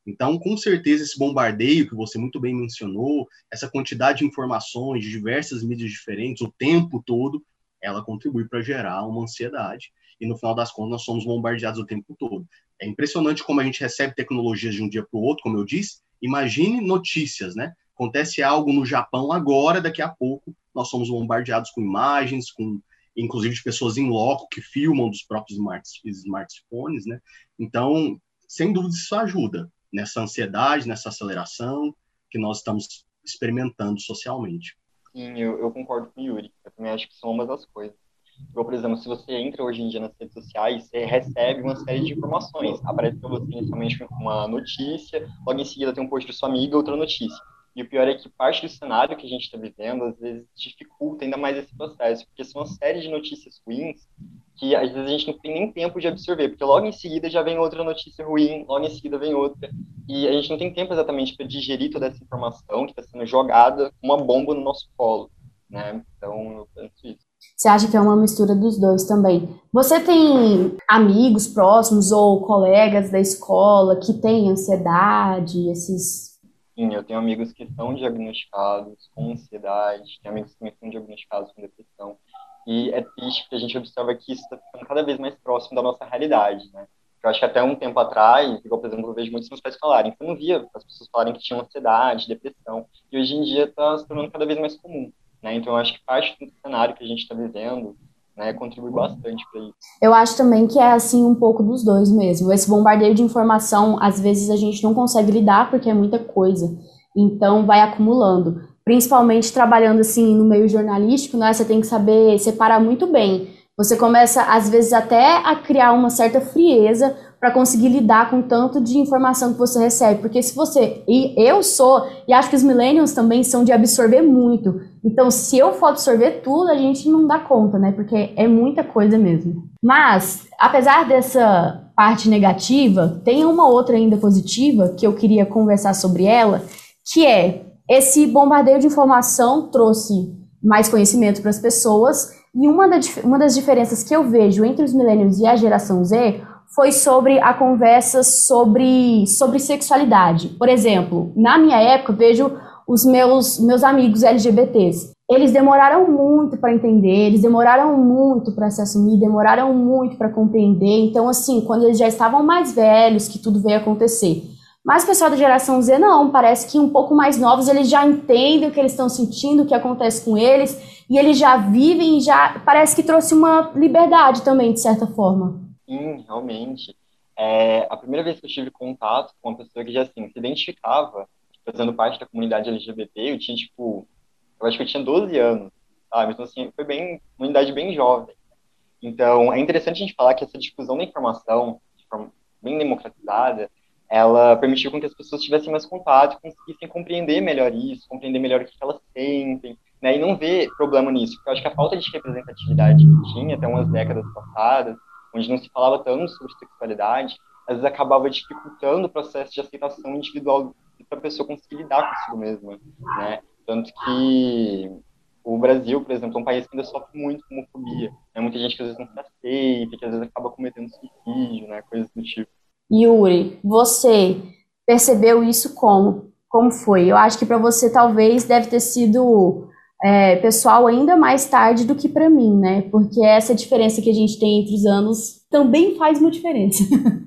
Então, com certeza, esse bombardeio que você muito bem mencionou, essa quantidade de informações de diversas mídias diferentes, o tempo todo, ela contribui para gerar uma ansiedade. E, no final das contas, nós somos bombardeados o tempo todo. É impressionante como a gente recebe tecnologias de um dia para o outro, como eu disse. Imagine notícias, né? Acontece algo no Japão agora, daqui a pouco, nós somos bombardeados com imagens, com inclusive de pessoas em loco que filmam dos próprios smart, smartphones, né? Então, sem dúvida, isso ajuda nessa ansiedade, nessa aceleração que nós estamos experimentando socialmente. Sim, eu, eu concordo com o Yuri. Eu também acho que são uma das coisas. Igual, por exemplo, se você entra hoje em dia nas redes sociais, você recebe uma série de informações. Aparece para você inicialmente uma notícia, logo em seguida tem um post de sua amiga, outra notícia. E o pior é que parte do cenário que a gente está vivendo, às vezes, dificulta ainda mais esse processo, porque são uma série de notícias ruins que, às vezes, a gente não tem nem tempo de absorver, porque logo em seguida já vem outra notícia ruim, logo em seguida vem outra, e a gente não tem tempo exatamente para digerir toda essa informação que está sendo jogada como uma bomba no nosso colo, né? Então, eu penso isso. Você acha que é uma mistura dos dois também? Você tem amigos próximos ou colegas da escola que têm ansiedade, esses... Sim, eu tenho amigos que estão diagnosticados com ansiedade, tenho amigos que também estão diagnosticados com depressão, e é triste porque a gente observa que isso está ficando cada vez mais próximo da nossa realidade, né? Eu acho que até um tempo atrás, igual, por exemplo, eu vejo muitos meus pais falarem, que eu não via as pessoas falarem que tinham ansiedade, depressão, e hoje em dia está se tornando cada vez mais comum, né? Então, eu acho que parte do cenário que a gente está vivendo, né, contribui bastante para isso. Eu acho também que é assim um pouco dos dois mesmo. Esse bombardeio de informação, às vezes a gente não consegue lidar porque é muita coisa. Então vai acumulando. Principalmente trabalhando assim no meio jornalístico, né, você tem que saber separar muito bem. Você começa, às vezes, até a criar uma certa frieza para conseguir lidar com tanto de informação que você recebe. Porque se você... E eu sou, e acho que os millennials também são de absorver muito. Então, se eu for absorver tudo, a gente não dá conta, né? Porque é muita coisa mesmo. Mas, apesar dessa parte negativa, tem uma outra ainda positiva que eu queria conversar sobre ela, que é esse bombardeio de informação trouxe mais conhecimento para as pessoas. E uma, da, uma das diferenças que eu vejo entre os millennials e a geração Z foi sobre a conversa sobre, sobre sexualidade. Por exemplo, na minha época, vejo os meus, meus amigos L G B Ts. Eles demoraram muito para entender, eles demoraram muito para se assumir, demoraram muito para compreender. Então, assim, quando eles já estavam mais velhos, que tudo veio acontecer. Mas o pessoal da geração Z, não. Parece que um pouco mais novos, eles já entendem o que eles estão sentindo, o que acontece com eles, e eles já vivem, e já parece que trouxe uma liberdade também, de certa forma. Sim, realmente. É, a primeira vez que eu tive contato com uma pessoa que já, assim, se identificava fazendo parte da comunidade L G B T, eu tinha, tipo, eu acho que eu tinha doze anos, sabe? Então, assim, foi bem, uma idade bem jovem. Então, é interessante a gente falar que essa difusão da informação, de forma bem democratizada, ela permitiu com que as pessoas tivessem mais contato, conseguissem compreender melhor isso, compreender melhor o que elas sentem, né? E não ver problema nisso, porque eu acho que a falta de representatividade que tinha até umas décadas passadas, onde não se falava tanto sobre sexualidade, às vezes acabava dificultando o processo de aceitação individual para a pessoa conseguir lidar consigo mesma, né? Tanto que o Brasil, por exemplo, é um país que ainda sofre muito com homofobia. Né? Muita gente que às vezes não se aceita, que às vezes acaba cometendo suicídio, né? Coisas do tipo. Yuri, você percebeu isso como? Como foi? Eu acho que para você talvez deve ter sido é, pessoal ainda mais tarde do que para mim, né? Porque essa diferença que a gente tem entre os anos também faz uma diferença.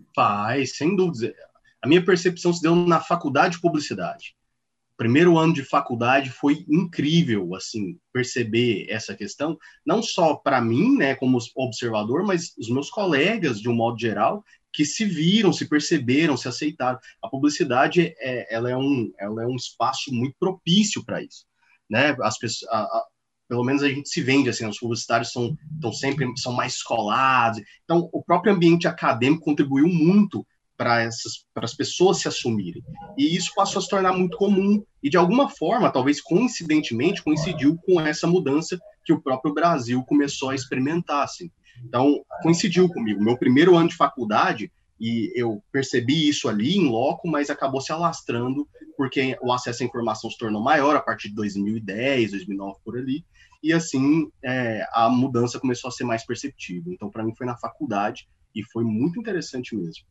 Faz, sem dúvida. A minha percepção se deu na faculdade de publicidade. O primeiro ano de faculdade foi incrível, assim, perceber essa questão, não só para mim, né, como observador, mas os meus colegas, de um modo geral, que se viram, se perceberam, se aceitaram. A publicidade, é, ela, é um, ela é um espaço muito propício para isso, né? As pessoas, a, a, pelo menos a gente se vende assim, os publicitários são, são sempre são mais colados. Então, o próprio ambiente acadêmico contribuiu muito para essas para as pessoas se assumirem. E isso passou a se tornar muito comum e, de alguma forma, talvez coincidentemente, coincidiu com essa mudança que o próprio Brasil começou a experimentar, assim. Então, coincidiu comigo. Meu primeiro ano de faculdade, e eu percebi isso ali em loco, mas acabou se alastrando, porque o acesso à informação se tornou maior a partir de dois mil e dez, dois mil e nove, por ali, e assim, é, a mudança começou a ser mais perceptível. Então, para mim, foi na faculdade, e foi muito interessante mesmo.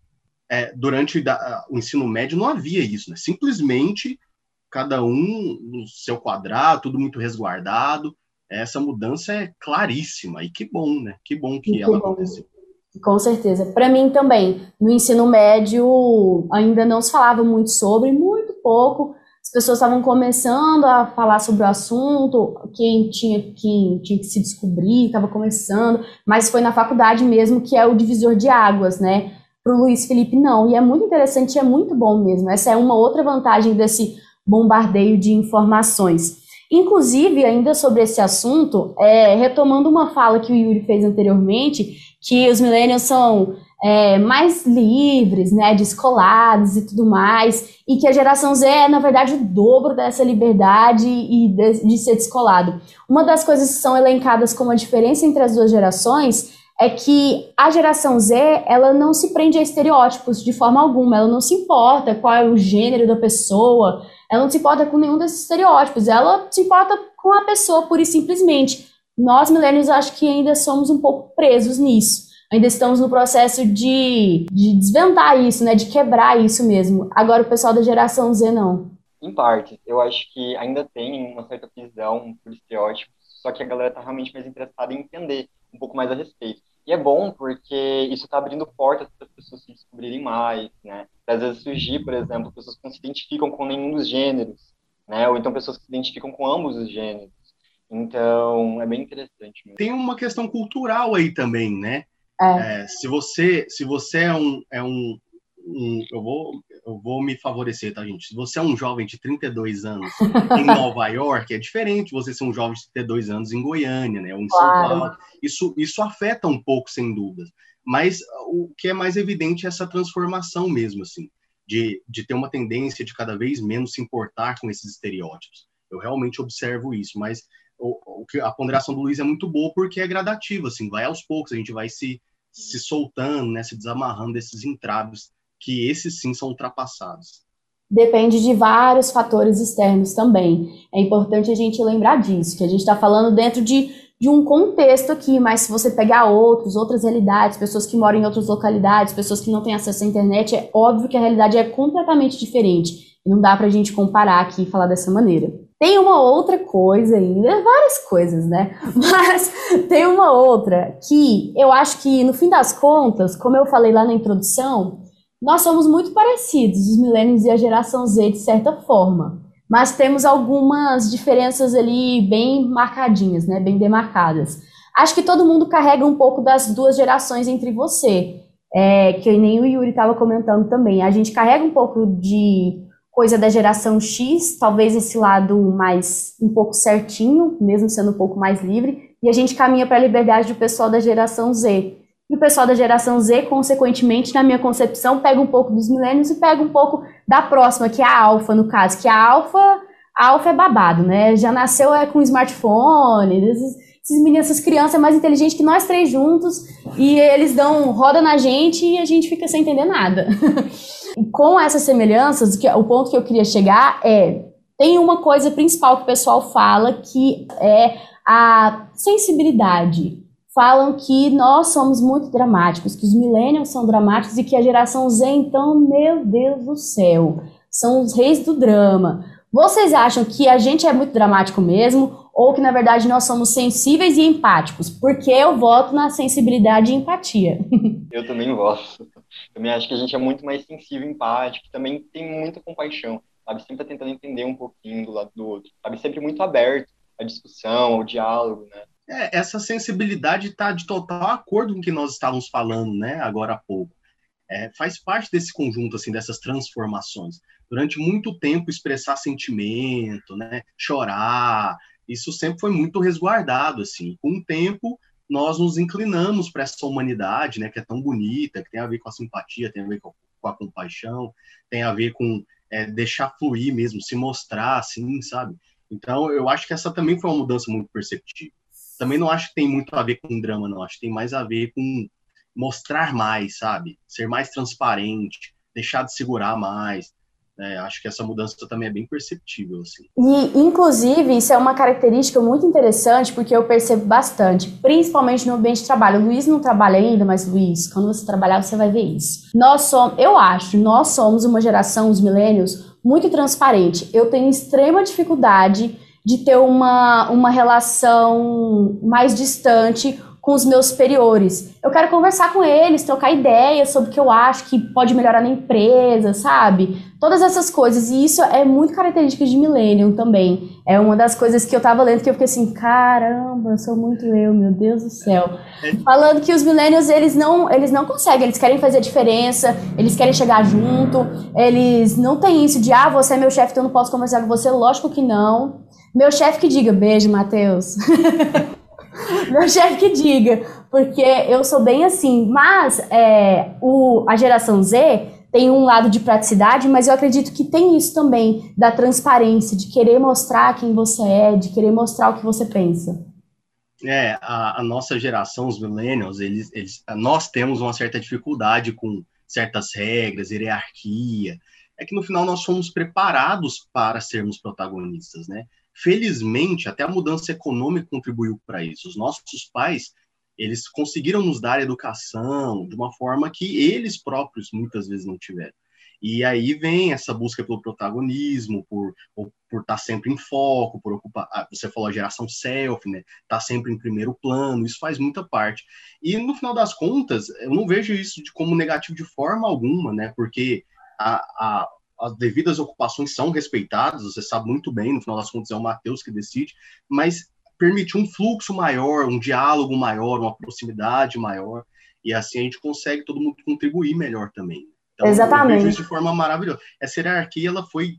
é, durante da, o ensino médio não havia isso, né? Simplesmente cada um no seu quadrado, tudo muito resguardado. Essa mudança é claríssima, e que bom, né? Que bom que Muito ela bom. aconteceu. Com certeza. Para mim também, no ensino médio ainda não se falava muito sobre, muito pouco. As pessoas estavam começando a falar sobre o assunto, quem tinha, quem tinha que se descobrir, estava começando, mas foi na faculdade mesmo que é o divisor de águas, né? Para o Luiz Felipe, não. E é muito interessante e é muito bom mesmo. Essa é uma outra vantagem desse bombardeio de informações. Inclusive, ainda sobre esse assunto, é, retomando uma fala que o Yuri fez anteriormente, que os millennials são é, mais livres, né, descolados e tudo mais, e que a geração Z é, na verdade, o dobro dessa liberdade e de, de ser descolado. Uma das coisas que são elencadas como a diferença entre as duas gerações é que a geração Z, ela não se prende a estereótipos de forma alguma, ela não se importa qual é o gênero da pessoa, ela não se importa com nenhum desses estereótipos, ela se importa com a pessoa pura e simplesmente. Nós, millennials, acho que ainda somos um pouco presos nisso. Ainda estamos no processo de, de desvendar isso, né? De quebrar isso mesmo. Agora, o pessoal da geração Z, não. Em parte, eu acho que ainda tem uma certa prisão por estereótipos, só que a galera tá realmente mais interessada em entender um pouco mais a respeito. E é bom porque isso está abrindo portas para as pessoas se descobrirem mais, né? Às vezes surgir, por exemplo, pessoas que não se identificam com nenhum dos gêneros, né? Ou então pessoas que se identificam com ambos os gêneros. Então, é bem interessante mesmo. Tem uma questão cultural aí também, né? É. É, se você, se você é um, é um, um eu, vou, eu vou me favorecer, tá, gente? Se você é um jovem de trinta e dois anos em Nova York, é diferente você ser um jovem de trinta e dois anos em Goiânia, né? Ou em Claro. São Paulo. Isso, isso afeta um pouco, sem dúvida. Mas o que é mais evidente é essa transformação mesmo, assim, de, de ter uma tendência de cada vez menos se importar com esses estereótipos. Eu realmente observo isso, mas o, o, a ponderação do Luiz é muito boa porque é gradativa, assim, vai aos poucos, a gente vai se se soltando, né, se desamarrando desses entraves, que esses sim são ultrapassados. Depende de vários fatores externos também. É importante a gente lembrar disso, que a gente está falando dentro de, de um contexto aqui, mas se você pegar outros, outras realidades, pessoas que moram em outras localidades, pessoas que não têm acesso à internet, é óbvio que a realidade é completamente diferente. E não dá pra gente comparar aqui e falar dessa maneira. Tem uma outra coisa ainda, várias coisas, né? Mas tem uma outra que eu acho que, no fim das contas, como eu falei lá na introdução, nós somos muito parecidos, os millennials e a geração Z, de certa forma. Mas temos algumas diferenças ali bem marcadinhas, né? Bem demarcadas. Acho que todo mundo carrega um pouco das duas gerações entre você. É, que nem o Yuri estava comentando também. A gente carrega um pouco de coisa da geração X, talvez esse lado mais um pouco certinho, mesmo sendo um pouco mais livre, e a gente caminha para a liberdade do pessoal da geração Z. E o pessoal da geração Z, consequentemente, na minha concepção, pega um pouco dos millennials e pega um pouco da próxima, que é a alfa, no caso, que a alfa, a alfa é babado, né? Já nasceu é, com smartphone, esses, esses meninos, essas crianças mais inteligentes que nós três juntos, e eles dão roda na gente e a gente fica sem entender nada. Com essas semelhanças, que, o ponto que eu queria chegar é, tem uma coisa principal que o pessoal fala, que é a sensibilidade. Falam que nós somos muito dramáticos, que os millennials são dramáticos e que a geração Z, então, meu Deus do céu, são os reis do drama. Vocês acham que a gente é muito dramático mesmo, ou que, na verdade, nós somos sensíveis e empáticos? Porque eu voto na sensibilidade e empatia. Eu também voto. Também acho que a gente é muito mais sensível e empático, também tem muita compaixão, sabe? Sempre tá tentando entender um pouquinho do lado do outro, sabe? Sempre muito aberto à discussão, ao diálogo, né? É, essa sensibilidade está de total acordo com o que nós estávamos falando, né, agora há pouco. É, faz parte desse conjunto, assim, dessas transformações. Durante muito tempo, expressar sentimento, né, chorar, isso sempre foi muito resguardado, assim. Com o tempo, nós nos inclinamos para essa humanidade, né, que é tão bonita, que tem a ver com a simpatia, tem a ver com, com a compaixão, tem a ver com é, deixar fluir mesmo, se mostrar, assim, sabe? Então, eu acho que essa também foi uma mudança muito perceptível. Também não acho que tem muito a ver com drama, não. Acho que tem mais a ver com mostrar mais, sabe? Ser mais transparente, deixar de segurar mais. É, acho que essa mudança também é bem perceptível, assim. E, inclusive, isso é uma característica muito interessante, porque eu percebo bastante, principalmente no ambiente de trabalho. O Luiz não trabalha ainda, mas, Luiz, quando você trabalhar, você vai ver isso. Nós somos, eu acho, nós somos uma geração, os millennials, muito transparente. Eu tenho extrema dificuldade de ter uma, uma relação mais distante com os meus superiores. Eu quero conversar com eles, trocar ideias sobre o que eu acho que pode melhorar na empresa, sabe? Todas essas coisas. E isso é muito característica de millennial também. É uma das coisas que eu tava lendo que eu fiquei assim, caramba, eu sou muito eu, meu Deus do céu. Falando que os millennials, eles não, eles não conseguem, eles querem fazer diferença, eles querem chegar junto, eles não têm isso de, ah, você é meu chefe, então eu não posso conversar com você. Lógico que não. Meu chefe que diga, beijo, Matheus. Meu chefe que diga, porque eu sou bem assim. Mas é, o, a geração Z tem um lado de praticidade, mas eu acredito que tem isso também, da transparência, de querer mostrar quem você é, de querer mostrar o que você pensa. É, a, a nossa geração, os millennials, eles, eles, nós temos uma certa dificuldade com certas regras, hierarquia. É que no final nós somos preparados para sermos protagonistas, né? Felizmente, até a mudança econômica contribuiu para isso. Os nossos pais, eles conseguiram nos dar educação de uma forma que eles próprios muitas vezes não tiveram. E aí vem essa busca pelo protagonismo, por por estar sempre em foco, por ocupar, você falou a geração selfie, né? Tá sempre em primeiro plano, isso faz muita parte. E no final das contas, eu não vejo isso de como negativo de forma alguma, né? Porque a, a as devidas ocupações são respeitadas, você sabe muito bem, no final das contas é o Matheus que decide, mas permite um fluxo maior, um diálogo maior, uma proximidade maior, e assim a gente consegue todo mundo contribuir melhor também. Então, exatamente. Eu vejo isso de forma maravilhosa. Essa hierarquia, ela foi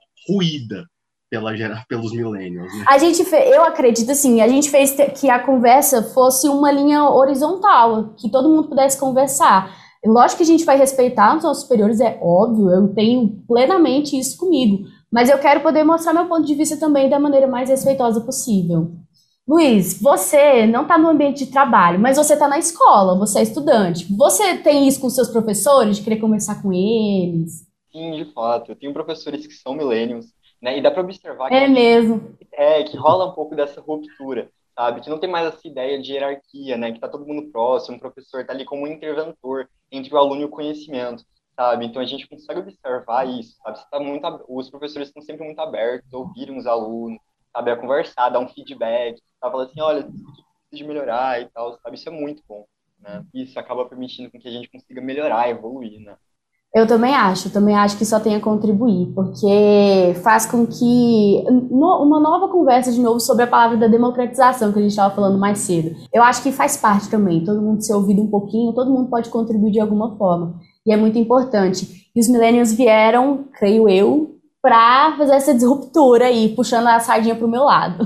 ruída pela, pelos millennials, né? A gente fez, eu acredito assim, a gente fez que a conversa fosse uma linha horizontal, que todo mundo pudesse conversar. Lógico que a gente vai respeitar os nossos superiores, é óbvio, eu tenho plenamente isso comigo, mas eu quero poder mostrar meu ponto de vista também da maneira mais respeitosa possível. Luiz, você não está no ambiente de trabalho, mas você está na escola, você é estudante. Você tem isso com seus professores, de querer conversar com eles? Sim, de fato. Eu tenho professores que são millennials, né? E dá para observar que, é mesmo. É, que rola um pouco dessa ruptura, sabe? Que não tem mais essa ideia de hierarquia, né? Que tá todo mundo próximo, o professor tá ali como um interventor entre o aluno e o conhecimento, sabe? Então a gente consegue observar isso, sabe? Você tá muito, os professores estão sempre muito abertos a ouvirem os alunos, sabe? A conversar, dar um feedback, tá? Falar assim, olha, isso precisa melhorar e tal, sabe? Isso é muito bom, né? Isso acaba permitindo com que a gente consiga melhorar, evoluir, né? Eu também acho, também acho que só tem a contribuir, porque faz com que no, uma nova conversa de novo sobre a palavra da democratização que a gente estava falando mais cedo. Eu acho que faz parte também, todo mundo ser ouvido um pouquinho, todo mundo pode contribuir de alguma forma, e é muito importante. E os millennials vieram, creio eu, para fazer essa disruptura aí, puxando a sardinha para o meu lado.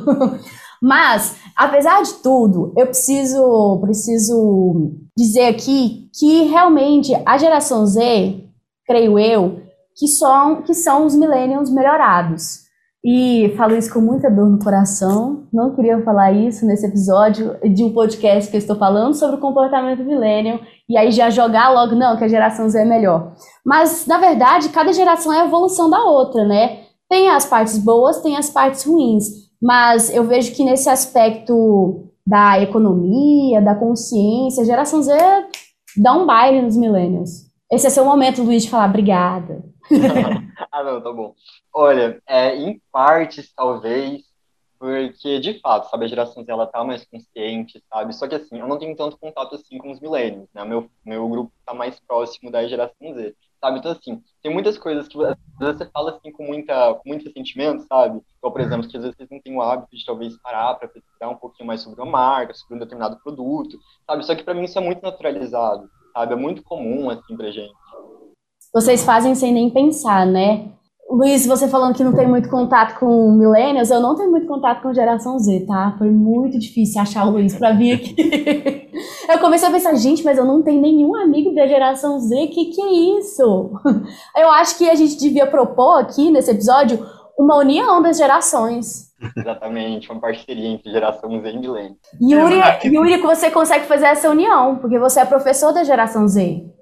Mas, apesar de tudo, eu preciso, preciso dizer aqui que realmente a geração Z, creio eu, que são, que são os millennials melhorados. E falo isso com muita dor no coração, não queria falar isso nesse episódio de um podcast que eu estou falando sobre o comportamento millennial, e aí já jogar logo, não, que a geração Z é melhor. Mas, na verdade, cada geração é a evolução da outra, né? Tem as partes boas, tem as partes ruins, mas eu vejo que nesse aspecto da economia, da consciência, a geração Z dá um baile nos millennials. Esse é seu momento, Luiz, de falar obrigada. Ah, não, tá bom. Olha, é, em partes, talvez, porque, de fato, sabe, a geração Z, ela tá mais consciente, sabe? Só que, assim, eu não tenho tanto contato, assim, com os millennials, né? Meu, meu grupo tá mais próximo da geração Z, sabe? Então, assim, tem muitas coisas que às vezes você fala, assim, com, muita, com muito sentimento, sabe? Então, por exemplo, que às vezes vocês não têm o hábito de, talvez, parar para pesquisar um pouquinho mais sobre uma marca, sobre um determinado produto, sabe? Só que, para mim, isso é muito naturalizado, sabe? É muito comum, assim, pra gente. Vocês fazem sem nem pensar, né? Luiz, você falando que não tem muito contato com millennials, eu não tenho muito contato com geração Z, tá? Foi muito difícil achar o Luiz pra vir aqui. Eu comecei a pensar, gente, mas eu não tenho nenhum amigo da geração Z, que que é isso? Eu acho que a gente devia propor aqui, nesse episódio, uma união das gerações. Exatamente, uma parceria entre geração Z e milênio. Yuri, Yuri, que você consegue fazer essa união, porque você é professor da geração Z.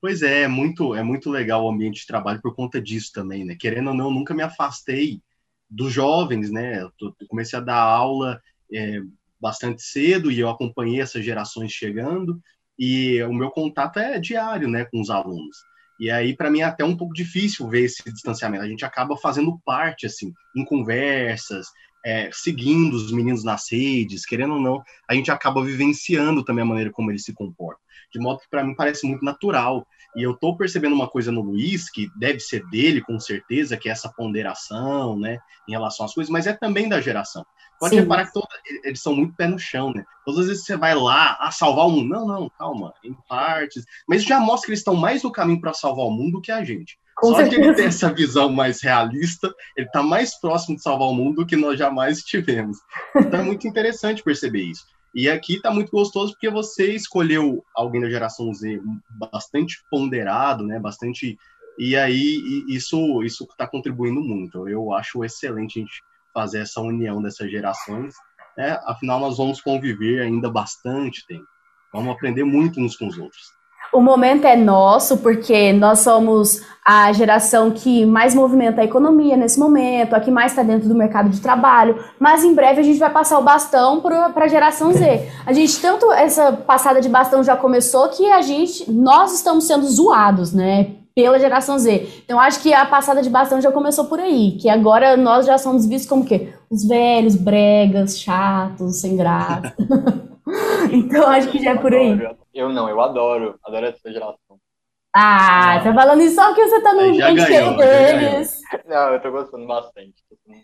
Pois é, é muito, é muito legal o ambiente de trabalho por conta disso também, né? Querendo ou não, eu nunca me afastei dos jovens, né? Eu, tô, eu comecei a dar aula é, bastante cedo e eu acompanhei essas gerações chegando e o meu contato é diário, né, com os alunos. E aí, para mim, é até um pouco difícil ver esse distanciamento. A gente acaba fazendo parte, assim, em conversas, é, seguindo os meninos nas redes, querendo ou não, a gente acaba vivenciando também a maneira como eles se comportam. De modo que, para mim, parece muito natural. E eu estou percebendo uma coisa no Luiz, que deve ser dele, com certeza, que é essa ponderação, né, em relação às coisas, mas é também da geração. Pode Sim. reparar que toda, eles são muito pé no chão, né? Todas as vezes você vai lá, a salvar o mundo. Não, não, calma, em partes. Mas já mostra que eles estão mais no caminho para salvar o mundo do que a gente. Com Só certeza. Que ele tem essa visão mais realista, ele está mais próximo de salvar o mundo do que nós jamais tivemos. Então é muito interessante perceber isso. E aqui está muito gostoso porque você escolheu alguém da geração Z bastante ponderado, né? Bastante... E aí isso isso está contribuindo muito. Eu acho excelente a gente fazer essa união dessas gerações, né? Afinal, nós vamos conviver ainda bastante tempo. Vamos aprender muito uns com os outros. O momento é nosso, porque nós somos a geração que mais movimenta a economia nesse momento, a que mais está dentro do mercado de trabalho, mas em breve a gente vai passar o bastão para a geração Z. A gente, tanto essa passada de bastão já começou, que a gente, nós estamos sendo zoados, né? Pela geração Z. Então, acho que a passada de bastão já começou por aí, que agora nós já somos vistos como o quê? Os velhos, bregas, chatos, sem graça. Então, acho que já é por aí. Eu não, eu adoro, adoro essa geração. Ah, tá falando isso só que você tá no ambiente cheio deles. Não, eu tô gostando bastante.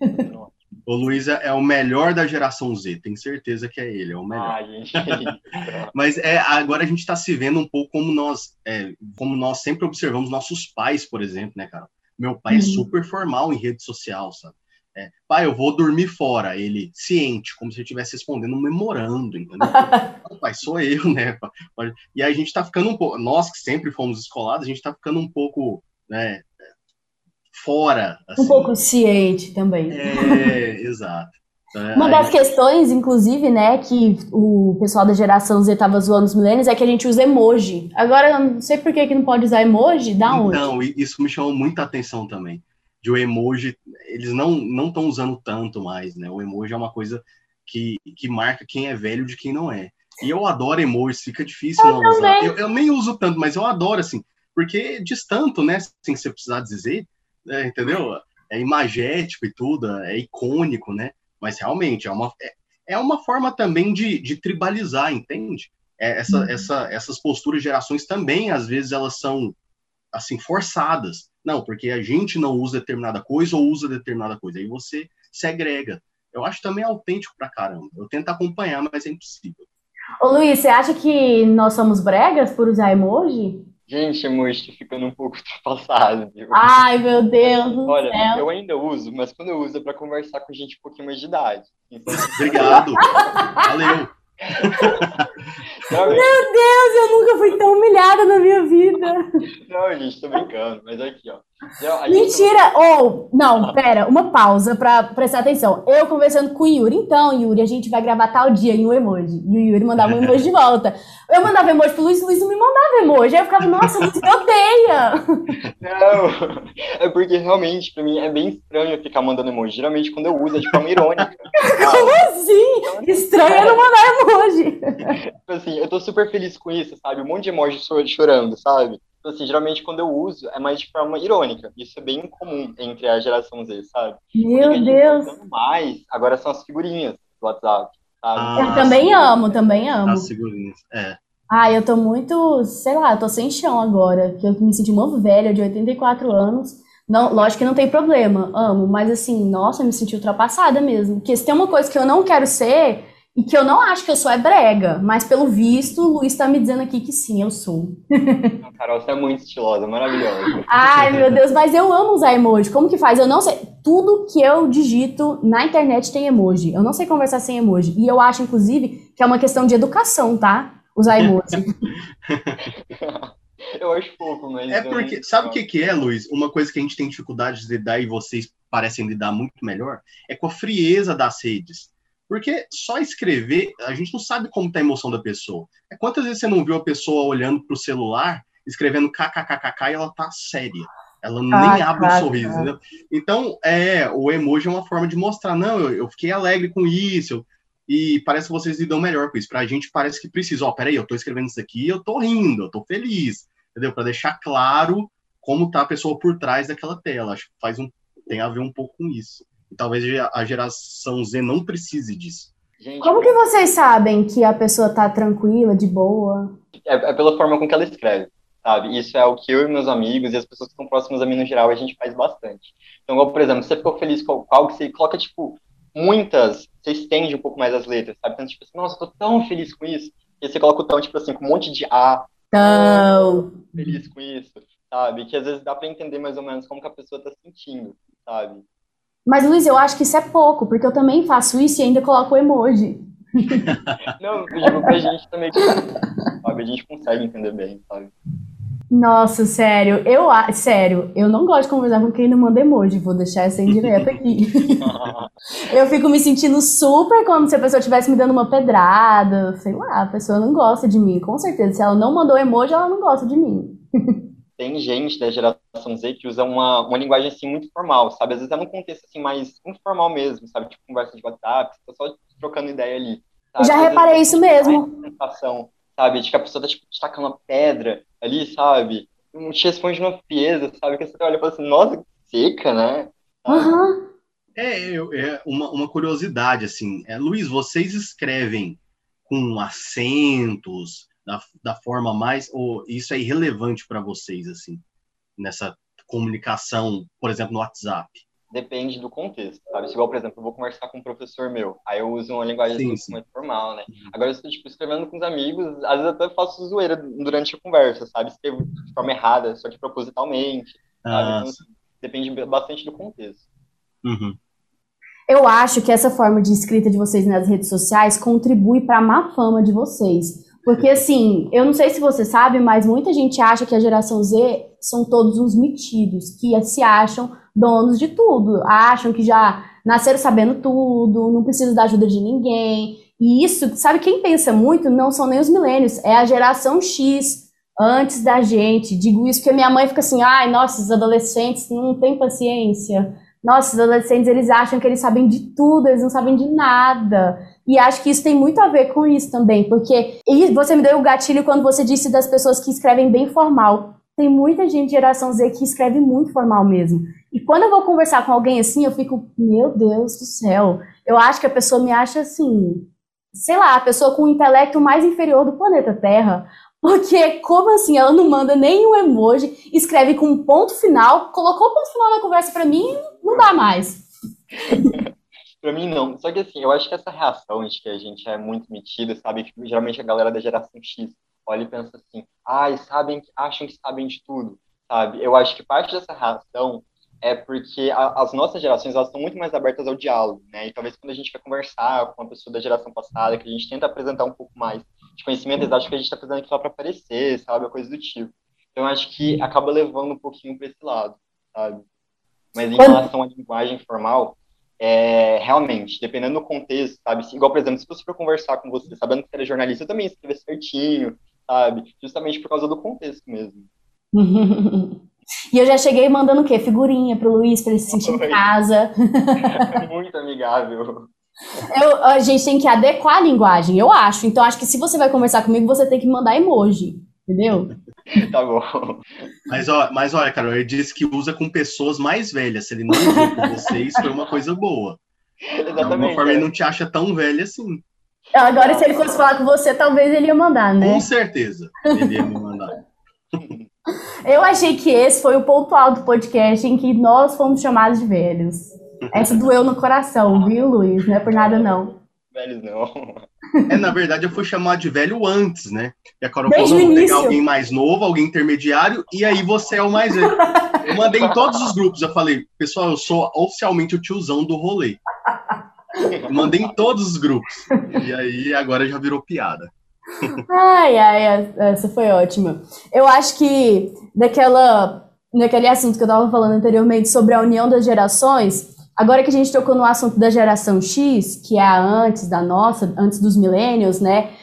O Luiz é o melhor da geração Z, tenho certeza que é ele, é o melhor. Ah, gente, é isso. Mas é, agora a gente está se vendo um pouco como nós, é, como nós sempre observamos nossos pais, por exemplo, né, cara? Meu pai uhum. é super formal em rede social, sabe? É, pai, eu vou dormir fora. Ele, ciente, como se ele estivesse respondendo um memorando, entendeu? Não, pai, sou eu, né? E aí a gente tá ficando um pouco, nós que sempre fomos escolados, a gente tá ficando um pouco, né, fora. Assim. Um pouco ciente também. É, exato. É, Uma das gente... questões, inclusive, né, que o pessoal da geração Z tava zoando os milênios é que a gente usa emoji. Agora, eu não sei por que que não pode usar emoji, da onde? Não, isso me chamou muita atenção também. De o emoji, eles não não estão usando tanto mais, né? O emoji é uma coisa que, que marca quem é velho de quem não é. E eu adoro emojis, fica difícil eu não usar. Eu, eu nem uso tanto, mas eu adoro, assim, porque diz tanto, né? Sem você precisar dizer, né, entendeu? É imagético e tudo, é icônico, né? Mas realmente é uma, é, é uma forma também de, de tribalizar, entende? É, essa, uhum. essa, essas posturas de gerações também, às vezes, elas são assim, forçadas. Não, porque a gente não usa determinada coisa ou usa determinada coisa. Aí você segrega. Eu acho também autêntico pra caramba. Eu tento acompanhar, mas é impossível. Ô Luiz, você acha que nós somos bregas por usar emoji? Gente, emoji tá ficando um pouco ultrapassado, viu? Ai, meu Deus do Olha, céu. eu ainda uso, mas quando eu uso é pra conversar com gente um pouquinho mais de idade. Então... Obrigado. Valeu. Meu Deus, eu nunca fui tão humilhada na minha vida. Não, gente, tô brincando, mas aqui, ó. Mentira! Ou, oh, não, pera, uma pausa pra prestar atenção. Eu conversando com o Yuri, então, Yuri, a gente vai gravar tal dia em um emoji. E o Yuri mandava um emoji de volta. Eu mandava emoji pro Luiz, o Luiz não me mandava emoji. Aí eu ficava, nossa, o Luiz me odeia. Não, é porque realmente, pra mim, é bem estranho ficar mandando emoji. Geralmente, quando eu uso, é de forma irônica. Como assim? Então, estranho é não mandar emoji. Assim, eu tô super feliz com isso, sabe? Um monte de emoji chorando, sabe? Então, assim, geralmente quando eu uso é mais de forma irônica. Isso é bem comum entre a geração Z, sabe? Meu o que Deus! Tá usando mais agora são as figurinhas do WhatsApp, sabe? Ah, eu também sim. amo, também amo. As figurinhas, é. Ah, eu tô muito, sei lá, eu tô sem chão agora, que eu me senti uma velha de oitenta e quatro anos. Não, lógico que não tem problema, amo, mas assim, nossa, eu me senti ultrapassada mesmo. Porque se tem uma coisa que eu não quero ser, e que eu não acho que eu sou é brega, mas pelo visto, o Luiz tá me dizendo aqui que sim, eu sou. A Carol, você é muito estilosa, maravilhosa. Ai, meu Deus, mas eu amo usar emoji. Como que faz? Eu não sei. Tudo que eu digito na internet tem emoji. Eu não sei conversar sem emoji. E eu acho, inclusive, que é uma questão de educação, tá? Usar emoji. Eu acho pouco, mas... É porque, não... sabe o que que é, Luiz? Uma coisa que a gente tem dificuldade de lidar e vocês parecem lidar muito melhor, é com a frieza das redes. Porque só escrever, a gente não sabe como tá a emoção da pessoa. É quantas vezes você não viu a pessoa olhando pro celular, escrevendo kkkk e ela tá séria. Ela nem Ah, abre um tá, sorriso, tá. entendeu? Então, é, o emoji é uma forma de mostrar, não, eu, eu fiquei alegre com isso, e parece que vocês lidam melhor com isso. Pra gente parece que precisa, ó, peraí, eu tô escrevendo isso aqui, eu tô rindo, eu tô feliz, entendeu? Pra deixar claro como tá a pessoa por trás daquela tela. Acho que faz um, tem a ver um pouco com isso. E talvez a geração Z não precise disso. Gente, Como que vocês sabem que a pessoa tá tranquila, de boa? é, é pela forma com que ela escreve, sabe? Isso é o que eu e meus amigos e as pessoas que estão próximas a mim no geral, a gente faz bastante. Então, igual, por exemplo, você ficou feliz com algo que você coloca, tipo, muitas, você estende um pouco mais as letras, sabe? Então, tipo assim, nossa, eu tô tão feliz com isso. E aí você coloca o tão, tipo assim, com um monte de A, Então, feliz com isso, sabe? Que às vezes dá pra entender mais ou menos como que a pessoa tá sentindo, sabe? mas Luiz, eu acho que isso é pouco, porque eu também faço isso e ainda coloco o emoji. Não, eu digo pra gente também que, sabe? A gente consegue entender bem, sabe? Nossa, sério, eu, a- sério, eu não gosto de conversar com quem não manda emoji, vou deixar essa indireta aqui. Eu fico me sentindo super como se a pessoa estivesse me dando uma pedrada, sei lá, a pessoa não gosta de mim, com certeza. Se ela não mandou emoji, ela não gosta de mim. Tem gente da geração Z que usa uma, uma linguagem assim muito formal, sabe? Às vezes é num contexto assim mais informal mesmo, sabe? Tipo conversa de WhatsApp, você tá só trocando ideia ali, Eu sabe? já E às vezes reparei isso dá mesmo. essa sensação, sabe? De que a pessoa tá tipo destacando uma pedra ali, sabe? Não te responde uma frieza, sabe? Que você olha e fala assim, nossa, que seca, né? Sabe? Aham. É, eu- é uma, uma curiosidade, assim. É, Luiz, vocês escrevem com acentos, da, da forma mais... Ou isso é irrelevante para vocês, assim, nessa comunicação, por exemplo, no WhatsApp? Depende do contexto, sabe? Se igual, por exemplo, eu vou conversar com um professor meu, aí eu uso uma linguagem assim, Sim, um pouco sim. mais formal, né? Agora eu estou, tipo, escrevendo com os amigos, às vezes até faço zoeira durante a conversa, sabe? Escrevo de forma errada, só que propositalmente, sabe? Ah, Então, assim, depende bastante do contexto. uhum. Eu acho que essa forma de escrita de vocês nas redes sociais contribui para a má fama de vocês. Porque, assim, eu não sei se você sabe, mas muita gente acha que a geração Z são todos uns metidos, que se acham donos de tudo, acham que já nasceram sabendo tudo, não precisam da ajuda de ninguém. E isso, sabe, quem pensa muito não são nem os milênios, é a geração X antes da gente. Digo isso porque minha mãe fica assim, ai, nossa, os adolescentes não têm paciência. Nossa, os adolescentes, eles acham que eles sabem de tudo, eles não sabem de nada. E acho que isso tem muito a ver com isso também, porque e você me deu o gatilho quando você disse das pessoas que escrevem bem formal. Tem muita gente de geração Z que escreve muito formal mesmo. E quando eu vou conversar com alguém assim, eu fico, meu Deus do céu. Eu acho que a pessoa me acha assim, sei lá, a pessoa com o intelecto mais inferior do planeta Terra. Porque, como assim? Ela não manda nenhum emoji, escreve com um ponto final, colocou o ponto final na conversa pra mim, não dá mais. Pra mim, não. Só que, assim, eu acho que essa reação de que a gente é muito metido, sabe? Que geralmente a galera da geração X olha e pensa assim, ai, sabem, acham que sabem de tudo, sabe? Eu acho que parte dessa reação é porque a, as nossas gerações, elas estão muito mais abertas ao diálogo, né? E talvez quando a gente vai conversar com uma pessoa da geração passada, que a gente tenta apresentar um pouco mais de conhecimento, eles acham que a gente está apresentando aquilo lá para aparecer, sabe? Uma coisa do tipo. Então, eu acho que acaba levando um pouquinho para esse lado, sabe? Mas em relação à linguagem formal, é, realmente, dependendo do contexto, sabe? Se, igual, por exemplo, se você for conversar com você, sabendo que você era jornalista, eu também escrever certinho, sabe? Justamente por causa do contexto mesmo. E eu já cheguei mandando o quê? Figurinha pro Luiz, pra ele se sentir em casa. É muito amigável. Eu, a gente tem que adequar a linguagem, eu acho. Então, acho que se você vai conversar comigo, você tem que mandar emoji, entendeu? Tá bom. Mas, ó, mas olha, Carol, ele disse que usa com pessoas mais velhas. Se ele não usou com vocês, foi uma coisa boa. De alguma Exatamente. forma, é. ele não te acha tão velha assim. Agora, se ele fosse falar com você, talvez ele ia mandar, né? Com certeza, ele ia me mandar. Eu achei que esse foi o ponto alto do podcast em que nós fomos chamados de velhos. Essa doeu no coração, viu, Luiz? Não é por nada, não. Velhos não. É, na verdade, eu fui chamado de velho antes, né? E a Carol Desde falou, o vou pegar início. alguém mais novo, alguém intermediário, e aí você é o mais velho. Eu mandei em todos os grupos, eu falei, pessoal, eu sou oficialmente o tiozão do rolê. Eu mandei em todos os grupos. E aí, agora já virou piada. Ai, ai, essa foi ótima. Eu acho que daquela, daquele assunto que eu tava falando anteriormente sobre a união das gerações, agora que a gente tocou no assunto da geração X, que é a antes da nossa, antes dos millennials, né?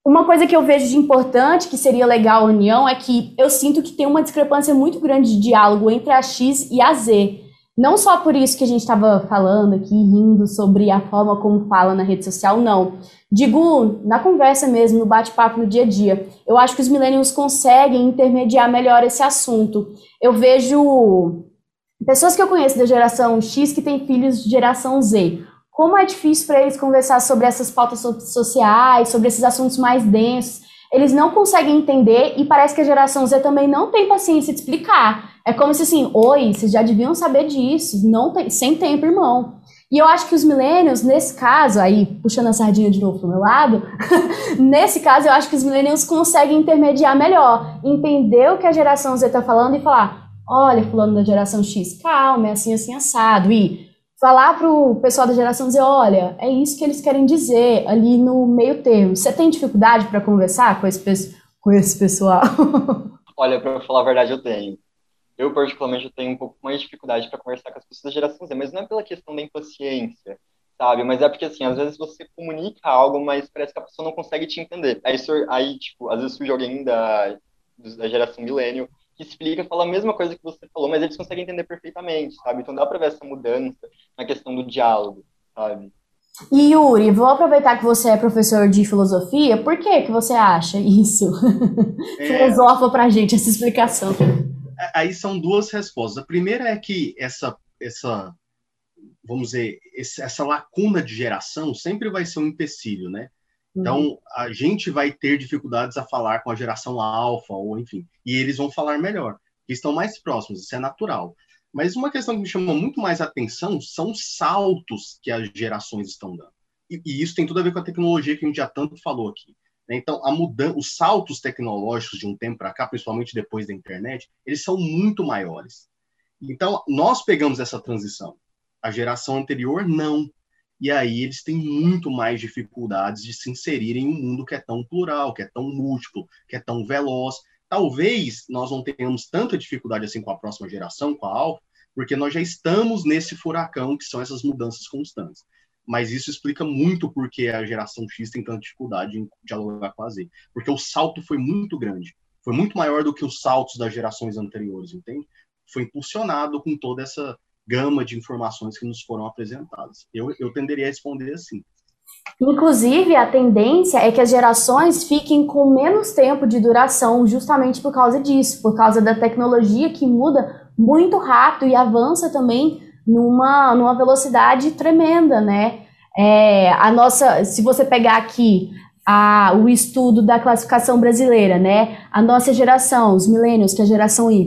Uma coisa que eu vejo de importante, que seria legal a união, é que eu sinto que tem uma discrepância muito grande de diálogo entre a X e a Z. Não só por isso que a gente estava falando aqui, rindo sobre a forma como fala na rede social, não. Digo, na conversa mesmo, no bate-papo no dia a dia. Eu acho que os millennials conseguem intermediar melhor esse assunto. Eu vejo pessoas que eu conheço da geração X que têm filhos de geração Z. Como é difícil para eles conversar sobre essas pautas sociais, sobre esses assuntos mais densos. Eles não conseguem entender e parece que a geração Z também não tem paciência de explicar. É como se assim, oi, vocês já deviam saber disso, não tem, sem tempo, irmão. E eu acho que os millennials, nesse caso, aí puxando a sardinha de novo pro meu lado, nesse caso eu acho que os millennials conseguem intermediar melhor, entender o que a geração Z tá falando e falar, olha, fulano da geração X, calma, é assim, assim, assado, e falar pro pessoal da geração Z, olha, é isso que eles querem dizer ali no meio termo. Você tem dificuldade para conversar com esse, com esse pessoal? Olha, para falar a verdade, eu tenho. Eu, particularmente, eu tenho um pouco mais de dificuldade para conversar com as pessoas da geração Z, mas não é pela questão da impaciência, sabe? Mas é porque, assim, às vezes você comunica algo, mas parece que a pessoa não consegue te entender. Aí, aí tipo, às vezes surge alguém da, da geração millennial que explica, fala a mesma coisa que você falou, mas eles conseguem entender perfeitamente, sabe? Então dá para ver essa mudança na questão do diálogo, sabe? E Yuri, vou aproveitar que você é professor de filosofia, por que que você acha isso? É... Filosofa pra gente essa explicação. Aí são duas respostas. A primeira é que essa, essa vamos dizer, essa lacuna de geração sempre vai ser um empecilho, né? Então, a gente vai ter dificuldades a falar com a geração alfa, ou enfim, e eles vão falar melhor, que estão mais próximos, isso é natural. Mas uma questão que me chama muito mais atenção são os saltos que as gerações estão dando. E, e isso tem tudo a ver com a tecnologia que a gente já tanto falou aqui. Né? Então, a mudança, os saltos tecnológicos de um tempo para cá, principalmente depois da internet, eles são muito maiores. Então, nós pegamos essa transição. A geração anterior, não. E aí eles têm muito mais dificuldades de se inserirem em um mundo que é tão plural, que é tão múltiplo, que é tão veloz. Talvez nós não tenhamos tanta dificuldade assim com a próxima geração, com a Alfa, porque nós já estamos nesse furacão que são essas mudanças constantes. Mas isso explica muito porque a geração X tem tanta dificuldade em dialogar com a Z. Porque o salto foi muito grande. Foi muito maior do que os saltos das gerações anteriores, entende? Foi impulsionado com toda essa gama de informações que nos foram apresentadas. Eu, eu tenderia a responder assim. Inclusive, a tendência é que as gerações fiquem com menos tempo de duração justamente por causa disso, por causa da tecnologia que muda muito rápido e avança também numa, numa velocidade tremenda, né? É, a nossa, se você pegar aqui a, o estudo da classificação brasileira, né? A nossa geração, os millennials, que é a geração Y,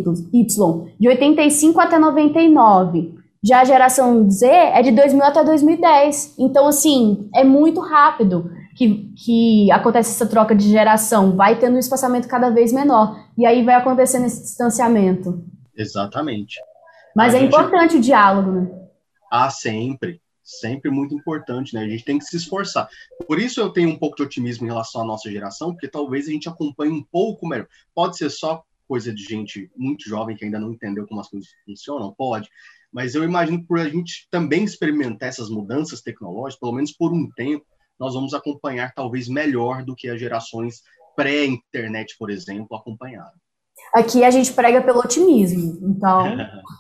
de oitenta e cinco até noventa e nove. Já a geração Z é de dois mil até dois mil e dez. Então, assim, é muito rápido que, que acontece essa troca de geração. Vai tendo um espaçamento cada vez menor. E aí vai acontecendo esse distanciamento. Exatamente. Mas a é gente... importante o diálogo, né? Ah, sempre. Sempre muito importante, né? A gente tem que se esforçar. Por isso eu tenho um pouco de otimismo em relação à nossa geração, porque talvez a gente acompanhe um pouco melhor. Pode ser só coisa de gente muito jovem que ainda não entendeu como as coisas funcionam, pode. Mas eu imagino que por a gente também experimentar essas mudanças tecnológicas, pelo menos por um tempo, nós vamos acompanhar talvez melhor do que as gerações pré-internet, por exemplo, acompanharam. Aqui a gente prega pelo otimismo, então...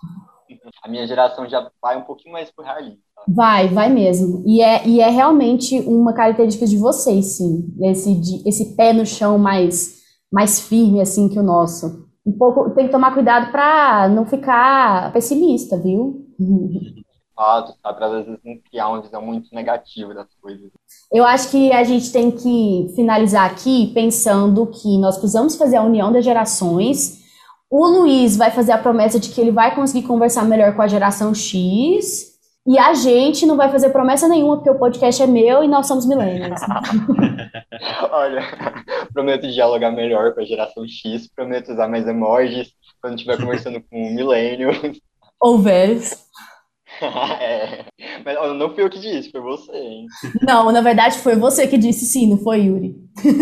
A minha geração já vai um pouquinho mais pro realismo. Vai, vai mesmo. E é, e é realmente uma característica de vocês, sim. Esse, de, esse pé no chão mais, mais firme, assim, que o nosso. Um pouco, tem que tomar cuidado para não ficar pessimista, viu? Fato, sabe? Pra às vezes não criar uma visão muito negativa das coisas. Eu acho que a gente tem que finalizar aqui pensando que nós precisamos fazer a união das gerações. O Luiz vai fazer a promessa de que ele vai conseguir conversar melhor com a geração X. E a gente não vai fazer promessa nenhuma, porque o podcast é meu e nós somos millennials. Olha, prometo dialogar melhor com a geração X, prometo usar mais emojis quando estiver conversando com millennials. Ou velhos. É, mas não fui eu que disse, foi você, hein? Não, na verdade foi você que disse sim, não foi Yuri.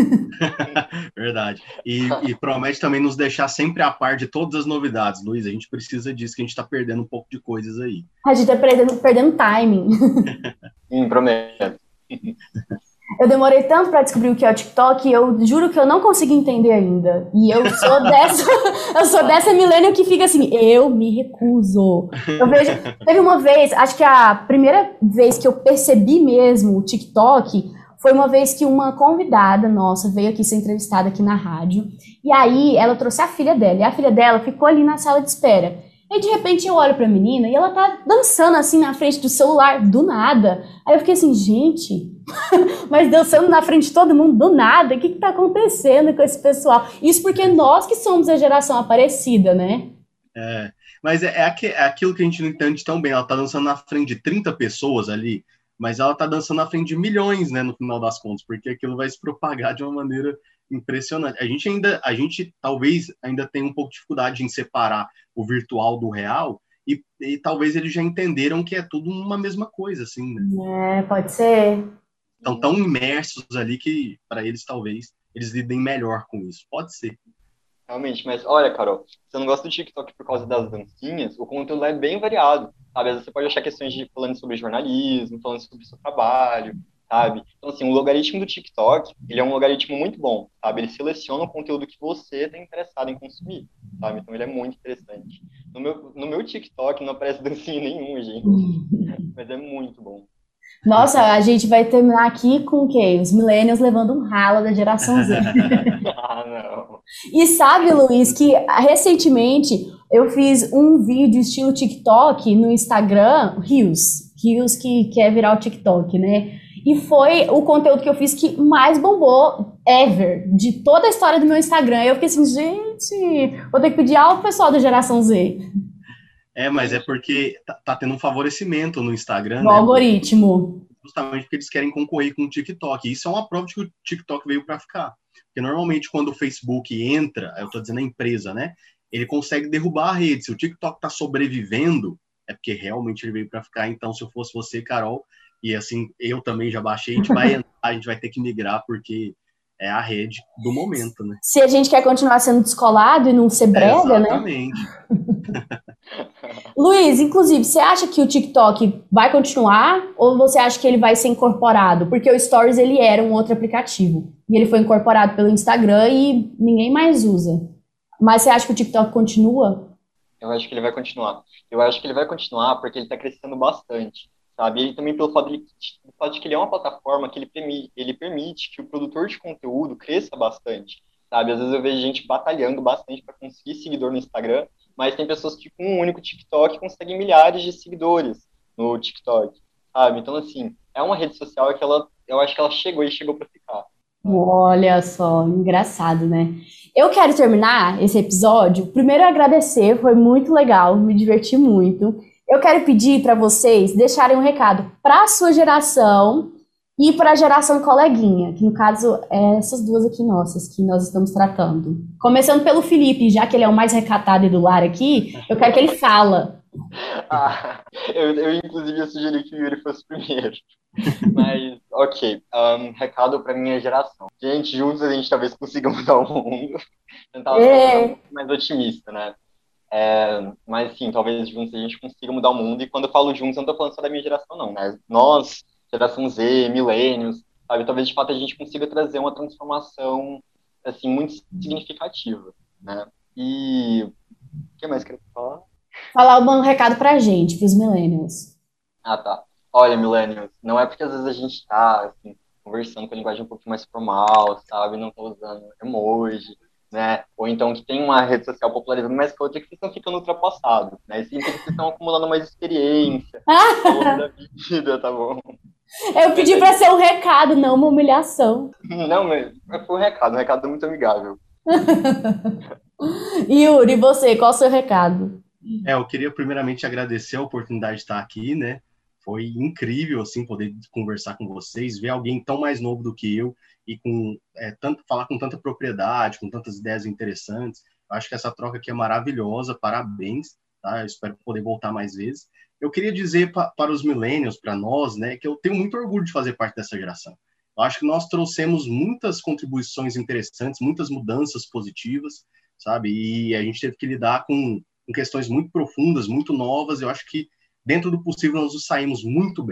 Verdade. E, e promete também nos deixar sempre a par de todas as novidades, Luiz. A gente precisa disso, que a gente tá perdendo um pouco de coisas aí. A gente tá perdendo, perdendo timing. Hum, prometo. Eu demorei tanto para descobrir o que é o TikTok, eu juro que eu não consegui entender ainda. E eu sou dessa, eu sou dessa millennial que fica assim, eu me recuso. Eu vejo, teve uma vez, acho que a primeira vez que eu percebi mesmo o TikTok foi uma vez que uma convidada nossa veio aqui ser entrevistada aqui na rádio. E aí ela trouxe a filha dela, e a filha dela ficou ali na sala de espera. E de repente eu olho pra menina e ela tá dançando assim na frente do celular, do nada. Aí eu fiquei assim, gente, mas dançando na frente de todo mundo, do nada, o que que tá acontecendo com esse pessoal? Isso porque nós que somos a geração Aparecida, né? É, mas é, é, aqu- é aquilo que a gente não entende tão bem. Ela tá dançando na frente de trinta pessoas ali, mas ela tá dançando na frente de milhões, né, no final das contas, porque aquilo vai se propagar de uma maneira impressionante. A gente ainda, a gente talvez ainda tenha um pouco de dificuldade em separar o virtual do real, e, e talvez eles já entenderam que é tudo uma mesma coisa, assim, né? É, pode ser. Estão tão imersos ali que, para eles, talvez, eles lidem melhor com isso. Pode ser. Realmente, mas olha, Carol, você não gosta do TikTok por causa das dancinhas, o conteúdo lá é bem variado, sabe? Às vezes você pode achar questões de falando sobre jornalismo, falando sobre o seu trabalho, sabe? Então, assim, o logaritmo do TikTok, ele é um logaritmo muito bom, sabe? Ele seleciona o conteúdo que você está interessado em consumir, sabe? Então, ele é muito interessante. No meu, no meu TikTok não aparece dancinha nenhuma, gente, mas é muito bom. Nossa, a gente vai terminar aqui com o quê? Os millennials levando um ralo da geração Z. Ah, não. E sabe, Luiz, que recentemente eu fiz um vídeo estilo TikTok no Instagram, Reels, Reels que quer virar o TikTok, né? E foi o conteúdo que eu fiz que mais bombou ever, de toda a história do meu Instagram. Eu fiquei assim, gente, vou ter que pedir algo pro pessoal da geração Z. É, mas é porque tá, tá tendo um favorecimento no Instagram, No né? algoritmo. Justamente porque eles querem concorrer com o TikTok. E isso é uma prova de que o TikTok veio para ficar. Porque normalmente quando o Facebook entra, eu estou dizendo a empresa, né? Ele consegue derrubar a rede. Se o TikTok está sobrevivendo, é porque realmente ele veio para ficar. Então, se eu fosse você, Carol, e assim, eu também já baixei, a gente vai entrar, a gente vai ter que migrar, porque é a rede do momento, né? Se a gente quer continuar sendo descolado e não ser brega, É, né? exatamente. Luiz, inclusive, você acha que o TikTok vai continuar ou você acha que ele vai ser incorporado? Porque o Stories ele era um outro aplicativo e ele foi incorporado pelo Instagram e ninguém mais usa. Mas você acha que o TikTok continua? Eu acho que ele vai continuar. Eu acho que ele vai continuar porque ele está crescendo bastante, sabe? E também pelo fato, de, pelo fato de que ele é uma plataforma que ele, permi, ele permite que o produtor de conteúdo cresça bastante, sabe? Às vezes eu vejo gente batalhando bastante para conseguir seguidor no Instagram, mas tem pessoas que com um único TikTok conseguem milhares de seguidores no TikTok, sabe? Então, assim, é uma rede social que ela, eu acho que ela chegou e chegou para ficar. Olha só, engraçado, né? Eu quero terminar esse episódio. Primeiro, agradecer, foi muito legal, me diverti muito. Eu quero pedir para vocês deixarem um recado para a sua geração e para a geração coleguinha, que no caso é essas duas aqui nossas, que nós estamos tratando. Começando pelo Felipe, já que ele é o mais recatado e do lar aqui, eu quero que ele fala. Ah, eu, eu, inclusive, ia sugerir que o Yuri fosse primeiro. Mas, ok. Um, recado para minha geração. Gente, juntos a gente talvez consiga mudar o mundo. Tentar ser um pouco mais otimista, né? É, mas, sim, talvez juntos a gente consiga mudar o mundo. E quando eu falo juntos, eu não tô falando só da minha geração, não, né? Nós, geração Z, millennials, sabe? Talvez, de fato, a gente consiga trazer uma transformação, assim, muito significativa, né? E... o que mais que eu quero falar? Falar um recado pra gente, pros millennials. Ah, tá. Olha, millennials, não é porque às vezes a gente tá, assim, conversando com a linguagem um pouco mais formal, sabe? Não tá usando emoji, né? Ou então que tem uma rede social popularizando mais que outra que vocês estão ficando ultrapassados, né? E sim que vocês estão acumulando mais experiência ao longo da vida, tá bom? Eu pedi pra ser um recado, não uma humilhação. Não, mas foi um recado, um recado muito amigável. Yuri, você, qual o seu recado? É, eu queria primeiramente agradecer a oportunidade de estar aqui, né? Foi incrível, assim, poder conversar com vocês, ver alguém tão mais novo do que eu e com é, tanto, falar com tanta propriedade, com tantas ideias interessantes. Eu acho que essa troca aqui é maravilhosa, parabéns, tá? Eu espero poder voltar mais vezes. Eu queria dizer pa, para os millennials, para nós, né, que eu tenho muito orgulho de fazer parte dessa geração. Eu acho que nós trouxemos muitas contribuições interessantes, muitas mudanças positivas, sabe? E a gente teve que lidar com, com questões muito profundas, muito novas. Eu acho que dentro do possível, nós nos saímos muito bem.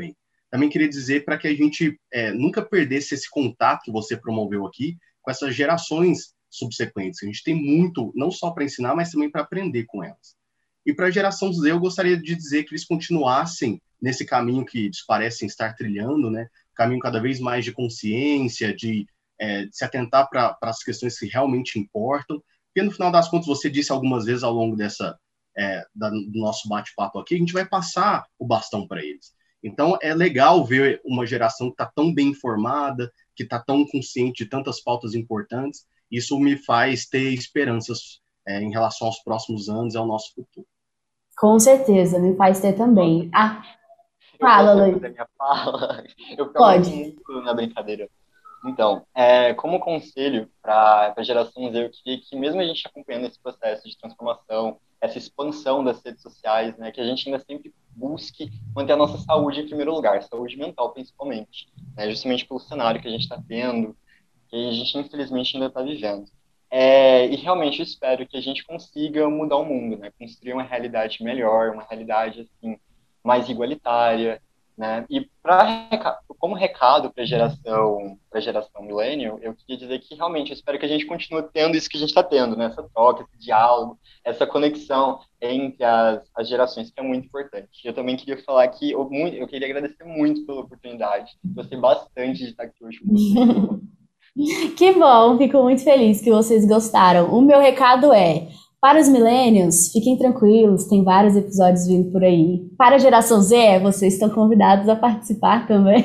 também queria dizer para que a gente é, nunca perdesse esse contato que você promoveu aqui com essas gerações subsequentes. A gente tem muito, não só para ensinar, mas também para aprender com elas. E para a geração Z, eu gostaria de dizer que eles continuassem nesse caminho que eles parecem estar trilhando, né? Caminho cada vez mais de consciência, de, é, de se atentar para as questões que realmente importam. Porque, no final das contas, você disse algumas vezes ao longo dessa, é, da, do nosso bate-papo aqui, a gente vai passar o bastão para eles. Então, é legal ver uma geração que está tão bem informada, que está tão consciente de tantas pautas importantes. Isso me faz ter esperanças é, em relação aos próximos anos e ao nosso futuro. Com certeza, me faz ter também. Ah, fala, Luiz. Minha fala. Eu Pode. muito na brincadeira. Então, é, como conselho para a geração Z, eu queria que, mesmo a gente acompanhando esse processo de transformação, essa expansão das redes sociais, né, que a gente ainda sempre busque manter a nossa saúde em primeiro lugar, saúde mental principalmente, né, justamente pelo cenário que a gente está tendo, que a gente infelizmente ainda está vivendo. É, e realmente eu espero que a gente consiga mudar o mundo, né, construir uma realidade melhor, uma realidade assim, mais igualitária, né? E pra, como recado para a geração, para a geração millennial, eu queria dizer que realmente eu espero que a gente continue tendo isso que a gente está tendo, né? Essa troca, esse diálogo, essa conexão entre as, as gerações, que é muito importante. Eu também queria falar que eu, muito, eu queria agradecer muito pela oportunidade. Gostei bastante de estar aqui hoje com vocês. Que bom, fico muito feliz que vocês gostaram. O meu recado é: para os millennials, fiquem tranquilos, tem vários episódios vindo por aí. Para a geração Z, vocês estão convidados a participar também.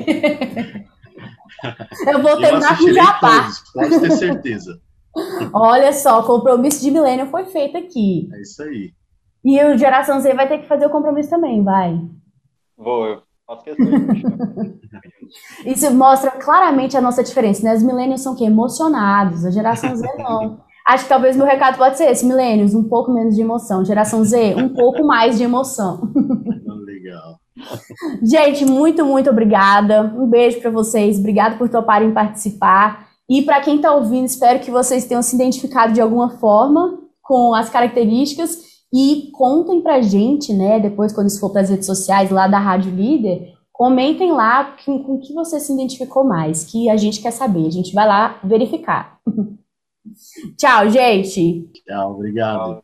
Eu vou terminar com o jabá. Pode ter certeza. Olha só, o compromisso de millennial foi feito aqui. É isso aí. E a geração Z vai ter que fazer o compromisso também, vai. Vou, eu faço questão de Isso mostra claramente a nossa diferença, né? Os millennials são o quê? Emocionados, a geração Z não. Acho que talvez meu recado pode ser esse: millennials, um pouco menos de emoção. Geração Z, um pouco mais de emoção. Legal. Gente, muito, muito obrigada. Um beijo para vocês. Obrigada por toparem participar. E para quem está ouvindo, espero que vocês tenham se identificado de alguma forma com as características e contem pra gente, né, depois quando isso for para as redes sociais lá da Rádio Líder, comentem lá com, com que você se identificou mais, que a gente quer saber. A gente vai lá verificar. Tchau, gente. Tchau, obrigado.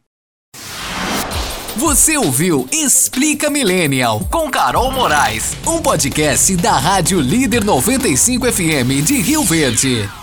Você ouviu Explica Millennial com Carol Moraes, um podcast da Rádio Líder noventa e cinco F M de Rio Verde.